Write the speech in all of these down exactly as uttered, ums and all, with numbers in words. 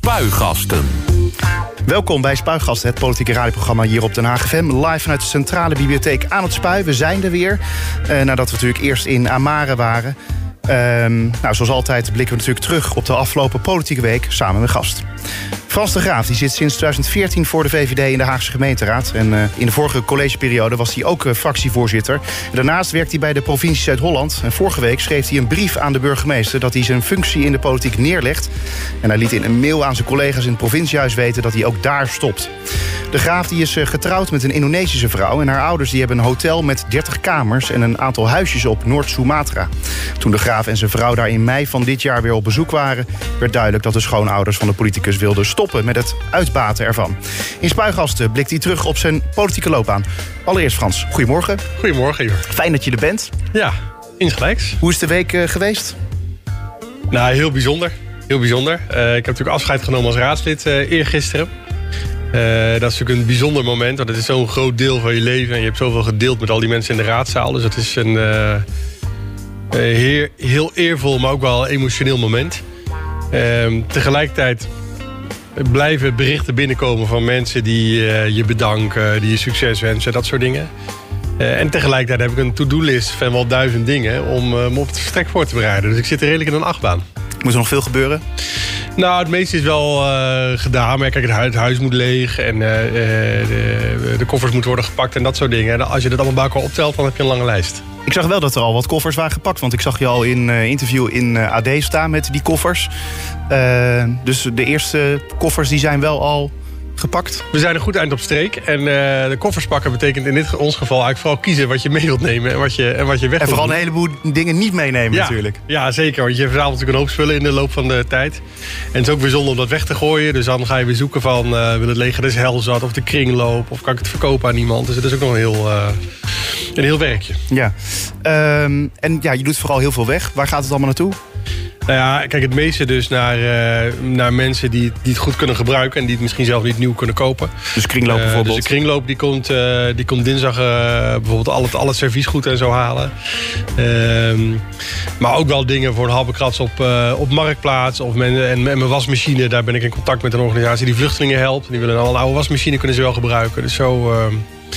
Spuigasten. Welkom bij Spuigasten, het politieke radioprogramma hier op Den Haag F M. Live vanuit de Centrale Bibliotheek aan het Spui. We zijn er weer, eh, nadat we natuurlijk eerst in Amare waren. Um, nou, zoals altijd blikken we natuurlijk terug op de afgelopen politieke week samen met gast. Frans de Graaf die zit sinds twintig veertien voor de V V D in de Haagse gemeenteraad. En uh, in de vorige collegeperiode was hij ook uh, fractievoorzitter. Daarnaast werkt hij bij de provincie Zuid-Holland. En vorige week schreef hij een brief aan de burgemeester dat hij zijn functie in de politiek neerlegt. En hij liet in een mail aan zijn collega's in het provinciehuis weten dat hij ook daar stopt. De Graaf die is uh, getrouwd met een Indonesische vrouw. En haar ouders die hebben een hotel met dertig kamers en een aantal huisjes op Noord-Sumatra. Toen de Graaf en zijn vrouw daar in mei van dit jaar weer op bezoek waren, werd duidelijk dat de schoonouders van de politicus wilden stoppen met het uitbaten ervan. In Spuigasten blikt hij terug op zijn politieke loopbaan. Allereerst Frans, goedemorgen. Goedemorgen, Igor. Fijn dat je er bent. Ja, insgelijks. Hoe is de week uh, geweest? Nou, heel bijzonder. Heel bijzonder. Uh, ik heb natuurlijk afscheid genomen als raadslid uh, eergisteren. Uh, dat is natuurlijk een bijzonder moment, want het is zo'n groot deel van je leven. En je hebt zoveel gedeeld met al die mensen in de raadzaal. Dus dat is een uh, uh, heer, heel eervol, maar ook wel een emotioneel moment. Uh, tegelijkertijd blijven berichten binnenkomen van mensen die uh, je bedanken, die je succes wensen, dat soort dingen. Uh, en tegelijkertijd heb ik een to-do-list van wel duizend dingen om uh, me op het vertrek voor te bereiden. Dus ik zit er redelijk in een achtbaan. Moet er nog veel gebeuren? Nou, het meeste is wel uh, gedaan. Maar kijk, het huis, het huis moet leeg en uh, de, de koffers moeten worden gepakt en dat soort dingen. En als je dat allemaal bij elkaar optelt, dan heb je een lange lijst. Ik zag wel dat er al wat koffers waren gepakt. Want ik zag je al in uh, interview in uh, A D staan met die koffers. Uh, dus de eerste koffers die zijn wel al gepakt. We zijn een goed eind op streek. En uh, de koffers pakken betekent in dit, ons geval eigenlijk vooral kiezen wat je mee wilt nemen en wat je, en wat je weg En wilt vooral doen. een heleboel dingen niet meenemen ja, natuurlijk. Ja, zeker. Want je verzamelt natuurlijk een hoop spullen in de loop van de tijd. En het is ook weer zonde om dat weg te gooien. Dus dan ga je weer zoeken van, uh, wil het leger des hel zat of de kringloop of kan ik het verkopen aan iemand. Dus het is ook nog een heel, uh, een heel werkje. Ja. Um, en ja, je doet vooral heel veel weg. Waar gaat het allemaal naartoe? Nou ja, kijk, het meeste dus naar, uh, naar mensen die, die het goed kunnen gebruiken en die het misschien zelf niet nieuw kunnen kopen. Dus kringloop bijvoorbeeld? Uh, dus de kringloop die komt, uh, die komt dinsdag uh, bijvoorbeeld al het, al het serviesgoed en zo halen. Uh, maar ook wel dingen voor een habbekrats op, uh, op Marktplaats. Of men, en, en mijn wasmachine, daar ben ik in contact met een organisatie die vluchtelingen helpt. Die willen al een oude wasmachine, kunnen ze wel gebruiken. Dus zo... Uh,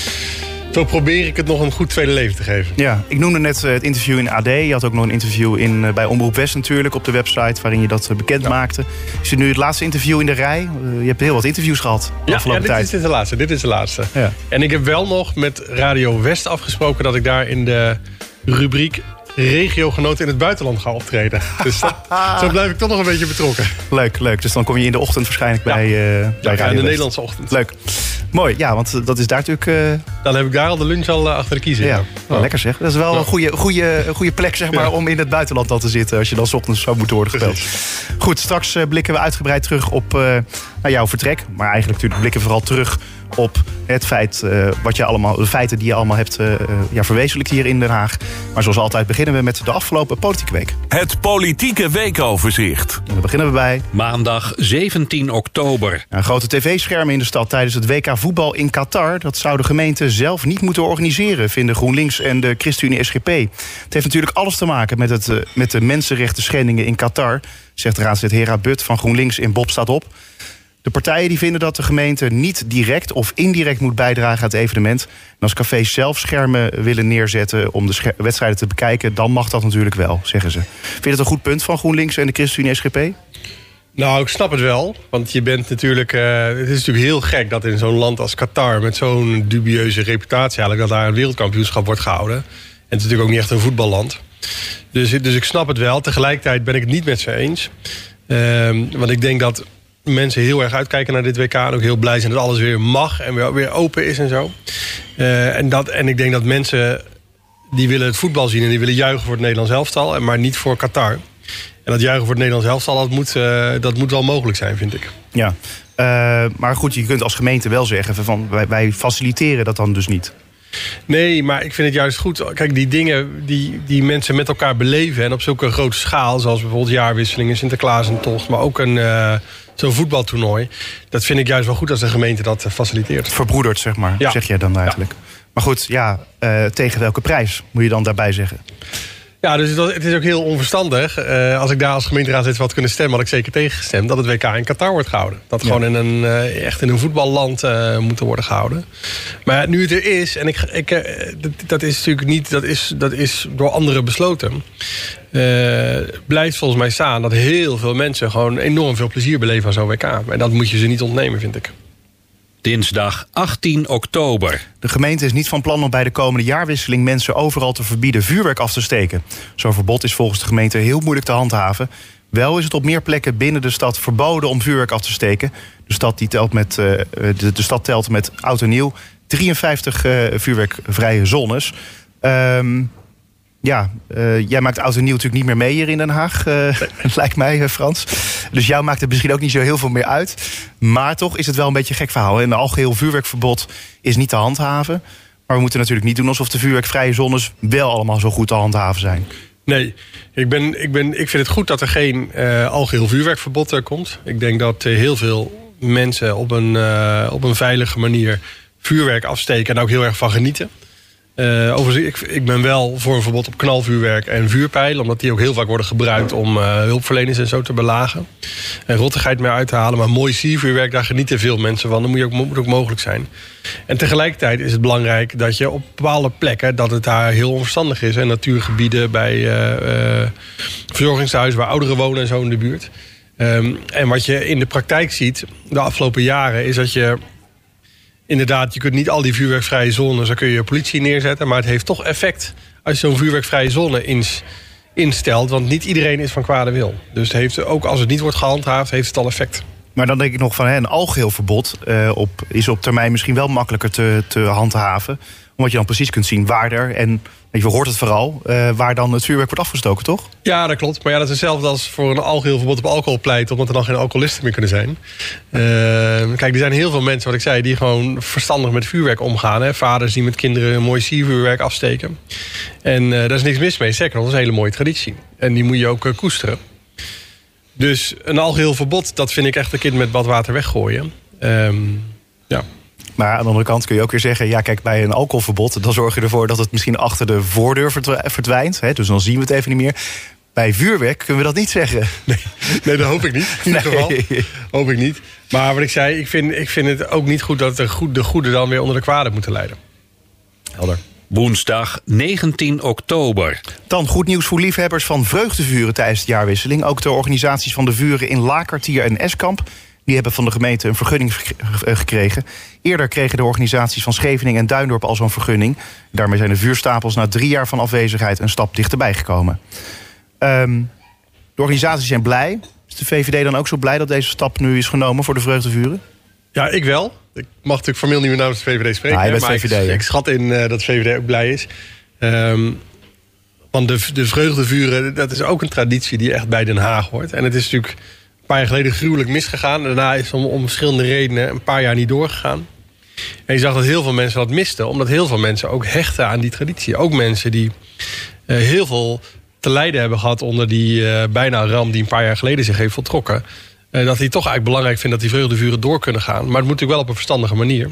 Zo probeer ik het nog een goed tweede leven te geven. Ja, ik noemde net het interview in A D. Je had ook nog een interview in, bij Omroep West natuurlijk op de website waarin je dat bekend ja. maakte. Is het nu het laatste interview in de rij? Je hebt heel wat interviews gehad de ja, afgelopen ja, dit tijd. Is, dit is de laatste. Dit is de laatste. Ja. En ik heb wel nog met Radio West afgesproken dat ik daar in de rubriek regiogenoten in het buitenland ga optreden. Dus dat, zo blijf ik toch nog een beetje betrokken. Leuk, leuk. Dus dan kom je in de ochtend waarschijnlijk ja. bij, uh, bij ja, Radio in de West. Nederlandse ochtend. Leuk. Mooi, ja, want dat is daar natuurlijk... Uh... Dan heb ik daar al de lunch al uh, achter de kiezer. Ja, ja. Oh. Lekker zeg. Dat is wel ja. een goede, goede, goede plek zeg maar, ja. om in het buitenland al te zitten als je dan 's ochtends zou moeten worden gebeld. Goed, straks uh, blikken we uitgebreid terug op uh, naar jouw vertrek. Maar eigenlijk natuurlijk blikken we vooral terug op het feit, uh, wat je allemaal, de feiten die je allemaal hebt uh, ja, verwezenlijkt hier in Den Haag. Maar zoals altijd beginnen we met de afgelopen politieke week. Het politieke weekoverzicht. En dan beginnen we bij... Maandag zeventien oktober. Een grote tv-schermen in de stad tijdens het W K voetbal in Qatar. Dat zou de gemeente zelf niet moeten organiseren, vinden GroenLinks en de ChristenUnie S G P. Het heeft natuurlijk alles te maken met, het, uh, met de mensenrechten schendingen in Qatar, zegt raadslid Hera Butt van GroenLinks in Bob staat op. De partijen die vinden dat de gemeente niet direct of indirect moet bijdragen aan het evenement. En als cafés zelf schermen willen neerzetten om de scher- wedstrijden te bekijken, dan mag dat natuurlijk wel, zeggen ze. Vind je dat een goed punt van GroenLinks en de ChristenUnie S G P? Nou, ik snap het wel. Want je bent natuurlijk, uh, het is natuurlijk heel gek dat in zo'n land als Qatar met zo'n dubieuze reputatie eigenlijk dat daar een wereldkampioenschap wordt gehouden. En het is natuurlijk ook niet echt een voetballand. Dus, dus ik snap het wel. Tegelijkertijd ben ik het niet met ze eens. Uh, want ik denk dat mensen heel erg uitkijken naar dit W K en ook heel blij zijn dat alles weer mag en weer, weer open is en zo. Uh, en, dat, en ik denk dat mensen die willen het voetbal zien en die willen juichen voor het Nederlands elftal, maar niet voor Qatar. En dat juichen voor het Nederlands elftal, dat moet, uh, dat moet wel mogelijk zijn, vind ik. Ja, uh, maar goed, je kunt als gemeente wel zeggen van wij, wij faciliteren dat dan dus niet. Nee, maar ik vind het juist goed. Kijk, die dingen die, die mensen met elkaar beleven en op zulke grote schaal, zoals bijvoorbeeld jaarwisselingen, Sinterklaas en tocht, maar ook een uh, zo'n voetbaltoernooi, dat vind ik juist wel goed als de gemeente dat faciliteert. Verbroederd, zeg maar, ja. zeg jij dan eigenlijk. Ja. Maar goed, ja, uh, tegen welke prijs moet je dan daarbij zeggen? Ja, dus het, het is ook heel onverstandig. Uh, als ik daar als gemeenteraadslid had kunnen stemmen, had ik zeker tegengestemd dat het W K in Qatar wordt gehouden. Dat ja. gewoon in een, uh, echt in een voetballand uh, moet worden gehouden. Maar nu het er is, en ik, ik, uh, dat, dat is natuurlijk niet, dat is, dat is door anderen besloten. Uh, blijft volgens mij staan dat heel veel mensen gewoon enorm veel plezier beleven aan zo'n W K. En dat moet je ze niet ontnemen, vind ik. Dinsdag achttien oktober. De gemeente is niet van plan om bij de komende jaarwisseling mensen overal te verbieden vuurwerk af te steken. Zo'n verbod is volgens de gemeente heel moeilijk te handhaven. Wel is het op meer plekken binnen de stad verboden om vuurwerk af te steken. De stad, die telt, met, uh, de, de stad telt met oud en nieuw drieënvijftig uh, vuurwerkvrije zones. Um, Ja, uh, jij maakt oud en nieuw natuurlijk niet meer mee hier in Den Haag, uh, lijkt mij, uh, Frans. Dus jou maakt het misschien ook niet zo heel veel meer uit. Maar toch is het wel een beetje een gek verhaal. Een algeheel vuurwerkverbod is niet te handhaven. Maar we moeten natuurlijk niet doen alsof de vuurwerkvrije zones wel allemaal zo goed te handhaven zijn. Nee, ik, ben, ik, ben, ik vind het goed dat er geen uh, algeheel vuurwerkverbod uh, komt. Ik denk dat uh, heel veel mensen op een, uh, op een veilige manier vuurwerk afsteken en ook heel erg van genieten. Uh, overigens, ik, ik ben wel voor een verbod op knalvuurwerk en vuurpijlen, omdat die ook heel vaak worden gebruikt om uh, hulpverleners en zo te belagen. En rottigheid mee uit te halen. Maar mooi siervuurwerk, daar genieten veel mensen van. Dat moet, je ook, moet ook mogelijk zijn. En tegelijkertijd is het belangrijk dat je op bepaalde plekken, dat het daar heel onverstandig is. En natuurgebieden, bij uh, uh, verzorgingshuizen waar ouderen wonen en zo in de buurt. Um, en wat je in de praktijk ziet de afgelopen jaren is dat je inderdaad, je kunt niet al die vuurwerkvrije zones, daar kun je politie neerzetten, maar het heeft toch effect als je zo'n vuurwerkvrije zone ins, instelt, want niet iedereen is van kwade wil. Dus het heeft, ook als het niet wordt gehandhaafd, heeft het al effect. Maar dan denk ik nog van hè, een algeheel verbod uh, op, is op termijn misschien wel makkelijker te, te handhaven, omdat je dan precies kunt zien waar er, en je hoort het vooral, uh, waar dan het vuurwerk wordt afgestoken, toch? Ja, dat klopt. Maar ja, dat is hetzelfde als voor een algeheel verbod op alcohol pleiten, omdat er dan geen alcoholisten meer kunnen zijn. Uh, kijk, er zijn heel veel mensen, wat ik zei, die gewoon verstandig met vuurwerk omgaan. Hè. Vaders die met kinderen een mooi siervuurwerk afsteken. En uh, daar is niks mis mee. Zeker, dat is een hele mooie traditie. En die moet je ook uh, koesteren. Dus een algeheel verbod, dat vind ik echt een kind met badwater weggooien. Um, ja. Maar aan de andere kant kun je ook weer zeggen, ja, kijk, bij een alcoholverbod, dan zorg je ervoor dat het misschien achter de voordeur verdwijnt. Hè, dus dan zien we het even niet meer. Bij vuurwerk kunnen we dat niet zeggen. Nee, nee dat hoop ik niet. In ieder geval. Nee. Hoop ik niet. Maar wat ik zei, ik vind, ik vind het ook niet goed dat de goede, de goede dan weer onder de kwade moeten lijden. Helder. Woensdag negentien oktober. Dan goed nieuws voor liefhebbers van vreugdevuren tijdens de jaarwisseling. Ook de organisaties van de vuren in Laakartier en Eskamp, die hebben van de gemeente een vergunning gekregen. Eerder kregen de organisaties van Scheveningen en Duindorp al zo'n vergunning. Daarmee zijn de vuurstapels na drie jaar van afwezigheid een stap dichterbij gekomen. Um, de organisaties zijn blij. Is de V V D dan ook zo blij dat deze stap nu is genomen voor de vreugdevuren? Ja, ik wel. Ik mag natuurlijk formeel niet meer namens de V V D spreken. Ah, je bent maar V V D, ik, ik schat in uh, dat de V V D ook blij is. Um, want de, de vreugdevuren, dat is ook een traditie die echt bij Den Haag hoort. En het is natuurlijk een paar jaar geleden gruwelijk misgegaan. Daarna is het om, om verschillende redenen een paar jaar niet doorgegaan. En je zag dat heel veel mensen dat misten, omdat heel veel mensen ook hechten aan die traditie. Ook mensen die uh, heel veel te lijden hebben gehad onder die uh, bijna ramp die een paar jaar geleden zich heeft voltrokken. Uh, dat die toch eigenlijk belangrijk vindt dat die vreugdevuren door kunnen gaan. Maar het moet natuurlijk wel op een verstandige manier.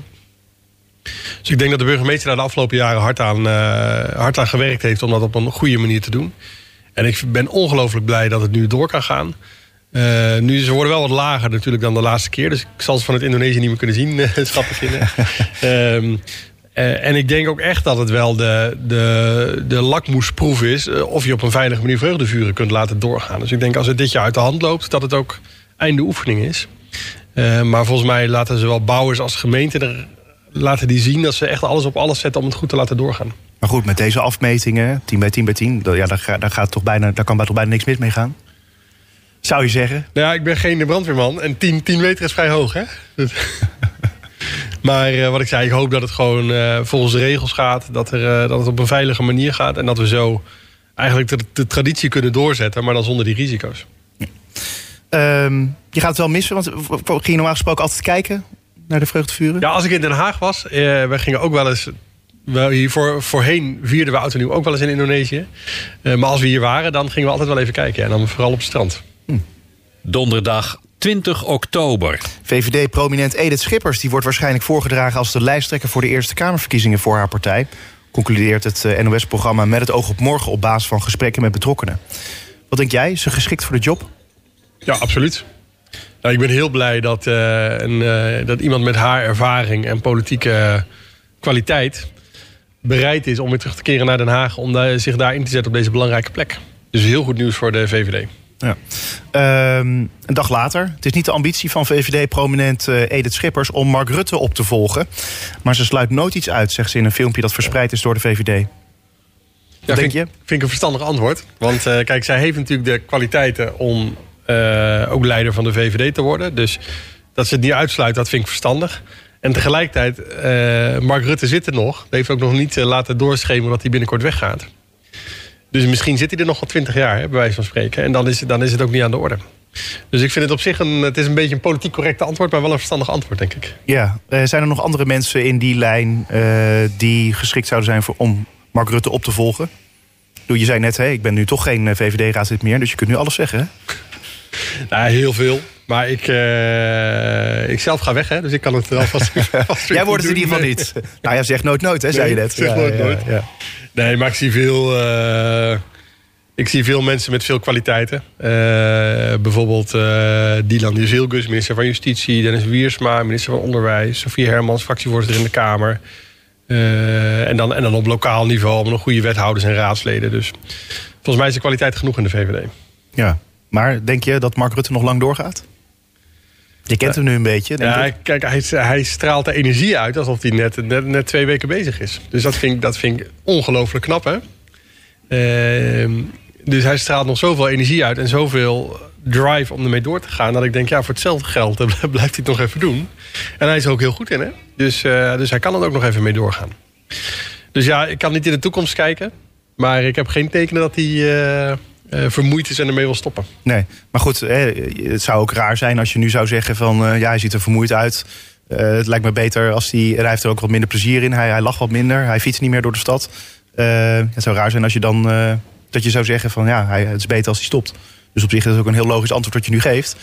Dus ik denk dat de burgemeester daar de afgelopen jaren hard aan, uh, hard aan gewerkt heeft om dat op een goede manier te doen. En ik ben ongelooflijk blij dat het nu door kan gaan. Uh, nu, ze worden wel wat lager natuurlijk dan de laatste keer. Dus ik zal ze van het Indonesië niet meer kunnen zien, uh, het schappen vinden. um, Uh, en ik denk ook echt dat het wel de, de, de lakmoesproef is uh, of je op een veilige manier vreugdevuren kunt laten doorgaan. Dus ik denk als het dit jaar uit de hand loopt, dat het ook einde oefening is. Uh, maar volgens mij laten ze wel bouwers als gemeente er, laten die zien dat ze echt alles op alles zetten om het goed te laten doorgaan. Maar goed, met deze afmetingen, tien bij tien bij tien, ja, daar, daar, gaat toch bijna, daar kan toch bijna niks mis mee gaan? Zou je zeggen? Nou ja, ik ben geen brandweerman en tien meter is vrij hoog, hè? Maar uh, wat ik zei, ik hoop dat het gewoon uh, volgens de regels gaat. Dat, er, uh, dat het op een veilige manier gaat. En dat we zo eigenlijk de, de traditie kunnen doorzetten. Maar dan zonder die risico's. Ja. Um, je gaat het wel missen. Want ging je normaal gesproken altijd kijken naar de vreugdevuren? Ja, als ik in Den Haag was. Uh, we gingen ook wel eens. Wel hier voor, voorheen vierden we oud en nieuw ook wel eens in Indonesië. Uh, maar als we hier waren, dan gingen we altijd wel even kijken. En dan vooral op het strand. Hm. Donderdag twintig oktober. V V D-prominent Edith Schippers die wordt waarschijnlijk voorgedragen als de lijsttrekker voor de Eerste Kamerverkiezingen voor haar partij. concludeert het N O S-programma Met het oog op morgen op basis van gesprekken met betrokkenen. Wat denk jij? Is ze geschikt voor de job? Ja, absoluut. Nou, ik ben heel blij dat, uh, een, uh, dat iemand met haar ervaring en politieke kwaliteit bereid is om weer terug te keren naar Den Haag om daar, zich daar in te zetten op deze belangrijke plek. Dus heel goed nieuws voor de V V D. Ja. Um, een dag later. Het is niet de ambitie van V V D-prominent uh, Edith Schippers om Mark Rutte op te volgen. Maar ze sluit nooit iets uit, zegt ze in een filmpje dat verspreid is door de V V D. Wat ja, denk vind, je? Vind ik een verstandig antwoord. Want uh, kijk, zij heeft natuurlijk de kwaliteiten om uh, ook leider van de V V D te worden. Dus dat ze het niet uitsluit, dat vind ik verstandig. En tegelijkertijd, uh, Mark Rutte zit er nog. Hij heeft ook nog niet uh, laten doorschemeren dat hij binnenkort weggaat. Dus misschien zit hij er nog wel twintig jaar, hè, bij wijze van spreken. En dan is, dan is het ook niet aan de orde. Dus ik vind het op zich een, het is een beetje een politiek correcte antwoord, maar wel een verstandig antwoord, denk ik. Ja, uh, zijn er nog andere mensen in die lijn uh, die geschikt zouden zijn voor, om Mark Rutte op te volgen? Je zei net, hè, ik ben nu toch geen V V D-raadslid meer, dus je kunt nu alles zeggen, hè? Nou, heel veel. Maar ik, uh, ik zelf ga weg, hè, dus ik kan het er alvast. Jij wordt het in ieder geval niet. Nou ja, zeg nooit nooit, hè, nee, zei je net. Zeg ja, nooit ja, nooit. Ja, ja. Nee, maar ik zie veel, uh, ik zie veel mensen met veel kwaliteiten. Uh, bijvoorbeeld uh, Dylan Dizilgus, minister van Justitie. Dennis Wiersma, minister van Onderwijs. Sofie Hermans, fractievoorzitter in de Kamer. Uh, en, dan, en dan op lokaal niveau allemaal nog goede wethouders en raadsleden. Dus volgens mij is er kwaliteit genoeg in de V V D. Ja, maar denk je dat Mark Rutte nog lang doorgaat? Je kent hem nu een beetje. Denk ja, ik. kijk, hij, hij straalt de energie uit alsof hij net, net, net twee weken bezig is. Dus dat vind, dat vind ik ongelooflijk knap, hè? Uh, dus hij straalt nog zoveel energie uit en zoveel drive om ermee door te gaan, dat ik denk, ja, voor hetzelfde geld blijft hij het nog even doen. En hij is er ook heel goed in, hè? Dus, uh, dus hij kan er ook nog even mee doorgaan. Dus ja, ik kan niet in de toekomst kijken, maar ik heb geen tekenen dat hij Uh, Uh, vermoeid is en ermee wil stoppen. Nee, maar goed, hè, het zou ook raar zijn als je nu zou zeggen van uh, ja, hij ziet er vermoeid uit. Uh, het lijkt me beter als hij, hij heeft er ook wat minder plezier in. Hij, hij lacht wat minder, hij fietst niet meer door de stad. Uh, het zou raar zijn als je dan uh, dat je zou zeggen van ja, hij, het is beter als hij stopt. Dus op zich is het ook een heel logisch antwoord wat je nu geeft.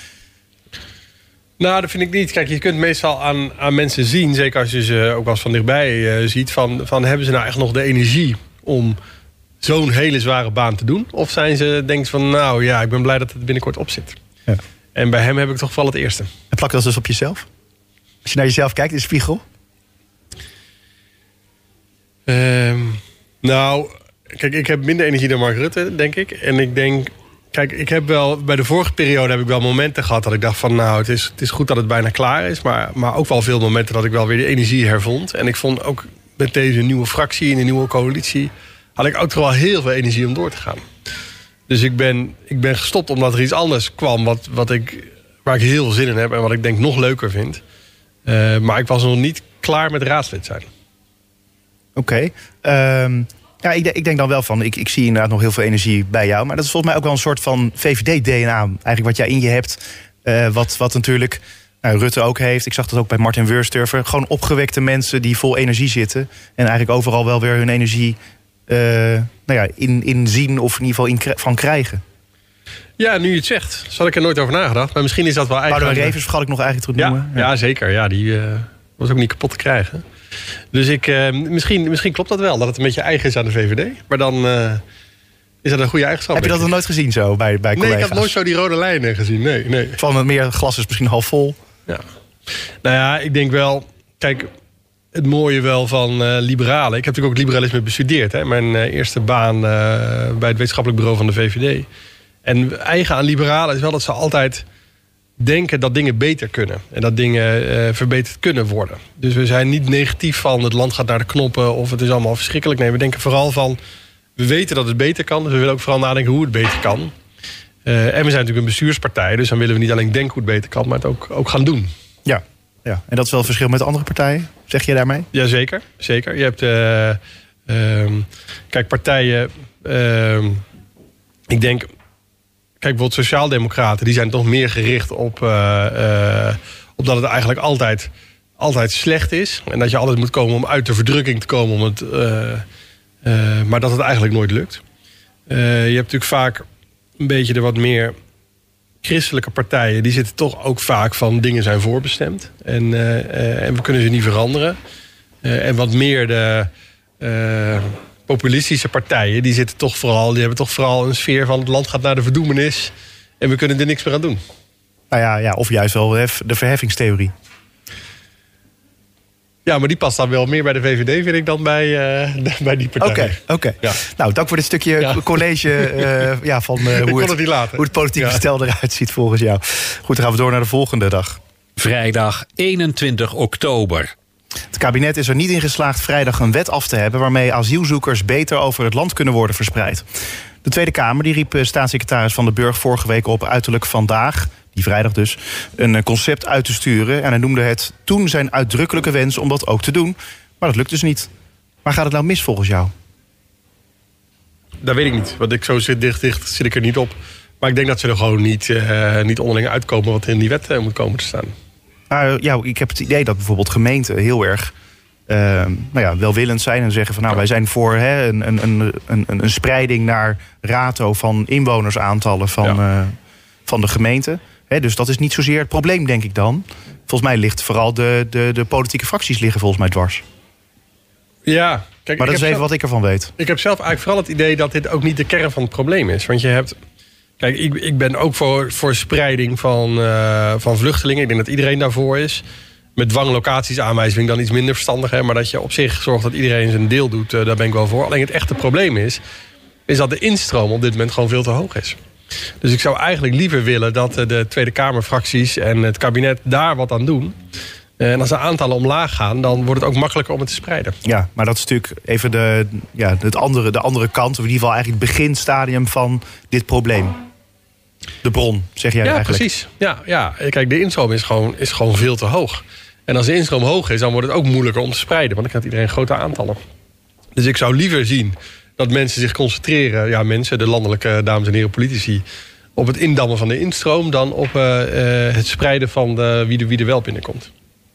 Nou, dat vind ik niet. Kijk, je kunt meestal aan, aan mensen zien, zeker als je ze ook wel eens van dichtbij uh, ziet, van, van hebben ze nou echt nog de energie om zo'n hele zware baan te doen? Of zijn ze denkt van, nou ja, ik ben blij dat het binnenkort op zit. Ja. En bij hem heb ik toch wel het eerste. En plak dat dus op jezelf? Als je naar jezelf kijkt in de spiegel? Um, nou, kijk, ik heb minder energie dan Mark Rutte, denk ik. En ik denk, kijk, ik heb wel, bij de vorige periode heb ik wel momenten gehad dat ik dacht van, nou, het is, het is goed dat het bijna klaar is. Maar, maar ook wel veel momenten dat ik wel weer de energie hervond. En ik vond ook met deze nieuwe fractie en de nieuwe coalitie had ik ook toch wel heel veel energie om door te gaan. Dus ik ben, ik ben gestopt omdat er iets anders kwam wat, wat ik, waar ik heel veel zin in heb en wat ik denk nog leuker vind. Uh, maar ik was nog niet klaar met raadslid zijn. Oké. Okay. Um, ja, ik, ik denk dan wel van, ik, ik zie inderdaad nog heel veel energie bij jou. Maar dat is volgens mij ook wel een soort van V V D-D N A. Eigenlijk wat jij in je hebt. Uh, wat, wat natuurlijk nou, Rutte ook heeft. Ik zag dat ook bij Martin Wörsturfer. Gewoon opgewekte mensen die vol energie zitten. En eigenlijk overal wel weer hun energie Uh, nou ja, in, in zien of in ieder geval in, van krijgen. Ja, nu je het zegt, had ik er nooit over nagedacht. Maar misschien is dat wel eigenlijk. Boudewijn Revers vergat ik nog eigenlijk te noemen. Ja, ja. ja zeker. Ja, die uh, was ook niet kapot te krijgen. Dus ik, uh, misschien, misschien klopt dat wel, dat het een beetje eigen is aan de V V D. Maar dan uh, is dat een goede eigenschap. Heb je dat nog nooit gezien zo bij, bij collega's? Nee, ik heb nooit zo die rode lijnen gezien. Nee, nee. Van het meer glas is misschien half vol. Ja. Nou ja, ik denk wel, kijk, het mooie wel van uh, liberalen. Ik heb natuurlijk ook liberalisme bestudeerd. Hè? Mijn uh, eerste baan uh, bij het wetenschappelijk bureau van de V V D. En eigen aan liberalen is wel dat ze altijd denken dat dingen beter kunnen. En dat dingen uh, verbeterd kunnen worden. Dus we zijn niet negatief van het land gaat naar de knoppen of het is allemaal verschrikkelijk. Nee, we denken vooral van, we weten dat het beter kan. Dus we willen ook vooral nadenken hoe het beter kan. Uh, en we zijn natuurlijk een bestuurspartij. Dus dan willen we niet alleen denken hoe het beter kan, maar het ook, ook gaan doen. Ja. Ja, en dat is wel het verschil met andere partijen, zeg je daarmee? Jazeker, zeker. Je hebt, uh, um, kijk, partijen, uh, ik denk, kijk, bijvoorbeeld sociaaldemocraten, die zijn toch meer gericht op, uh, uh, op dat het eigenlijk altijd, altijd slecht is. En dat je altijd moet komen om uit de verdrukking te komen, om het, uh, uh, maar dat het eigenlijk nooit lukt. Uh, je hebt natuurlijk vaak een beetje de wat meer christelijke partijen, die zitten toch ook vaak van dingen zijn voorbestemd. En, uh, uh, en we kunnen ze niet veranderen. Uh, en wat meer de, uh, populistische partijen... die zitten toch vooral, die hebben toch vooral een sfeer van... het land gaat naar de verdoemenis en we kunnen er niks meer aan doen. Nou ja, ja of juist wel de verheffingstheorie. Ja, maar die past dan wel meer bij de V V D, vind ik, dan bij, uh, bij die partij. Oké, okay, oké. Okay. Ja. Nou, dank voor dit stukje ja. college uh, ja, van uh, hoe, het, het hoe het politieke ja. stel eruit ziet volgens jou. Goed, dan gaan we door naar de volgende dag. Vrijdag eenentwintig oktober. Het kabinet is er niet in geslaagd vrijdag een wet af te hebben... waarmee asielzoekers beter over het land kunnen worden verspreid. De Tweede Kamer die riep staatssecretaris Van den Burg vorige week op... uiterlijk vandaag, die vrijdag dus, een concept uit te sturen. En hij noemde het toen zijn uitdrukkelijke wens om dat ook te doen. Maar dat lukt dus niet. Waar gaat het nou mis volgens jou? Dat weet ik niet. Want ik zo zit dicht, dicht zit ik er niet op. Maar ik denk dat ze er gewoon niet, uh, niet onderling uitkomen... wat in die wet uh, moet komen te staan. Nou, ja, ik heb het idee dat bijvoorbeeld gemeenten heel erg uh, nou ja, welwillend zijn... en zeggen van nou, wij zijn voor hè, een, een, een, een, een spreiding naar rato... van inwonersaantallen van, ja. uh, van de gemeente. He, dus dat is niet zozeer het probleem, denk ik dan. Volgens mij ligt vooral de, de, de politieke fracties liggen volgens mij dwars. Ja, kijk, maar dat is even zelf, wat ik ervan weet. Ik heb zelf eigenlijk vooral het idee dat dit ook niet de kern van het probleem is. Want je hebt... Kijk, ik, ik ben ook voor, voor spreiding van, uh, van vluchtelingen. Ik denk dat iedereen daarvoor is. Met dwanglocaties aanwijzen vind ik dan iets minder verstandig. Hè? Maar dat je op zich zorgt dat iedereen zijn deel doet, uh, daar ben ik wel voor. Alleen het echte probleem is... is dat de instroom op dit moment gewoon veel te hoog is. Dus ik zou eigenlijk liever willen dat de Tweede Kamerfracties en het kabinet daar wat aan doen. En als de aantallen omlaag gaan, dan wordt het ook makkelijker om het te spreiden. Ja, maar dat is natuurlijk even de, ja, het andere, de andere kant... of in ieder geval eigenlijk het beginstadium van dit probleem. De bron, zeg jij ja, eigenlijk. Precies. Ja, ja, kijk, de instroom is gewoon, is gewoon veel te hoog. En als de instroom hoog is, dan wordt het ook moeilijker om te spreiden. Want dan krijgt iedereen grote aantallen. Dus ik zou liever zien dat mensen zich concentreren... ja, mensen, de landelijke dames en heren politici... op het indammen van de instroom... dan op uh, uh, het spreiden van de, wie, de, wie er wel binnenkomt.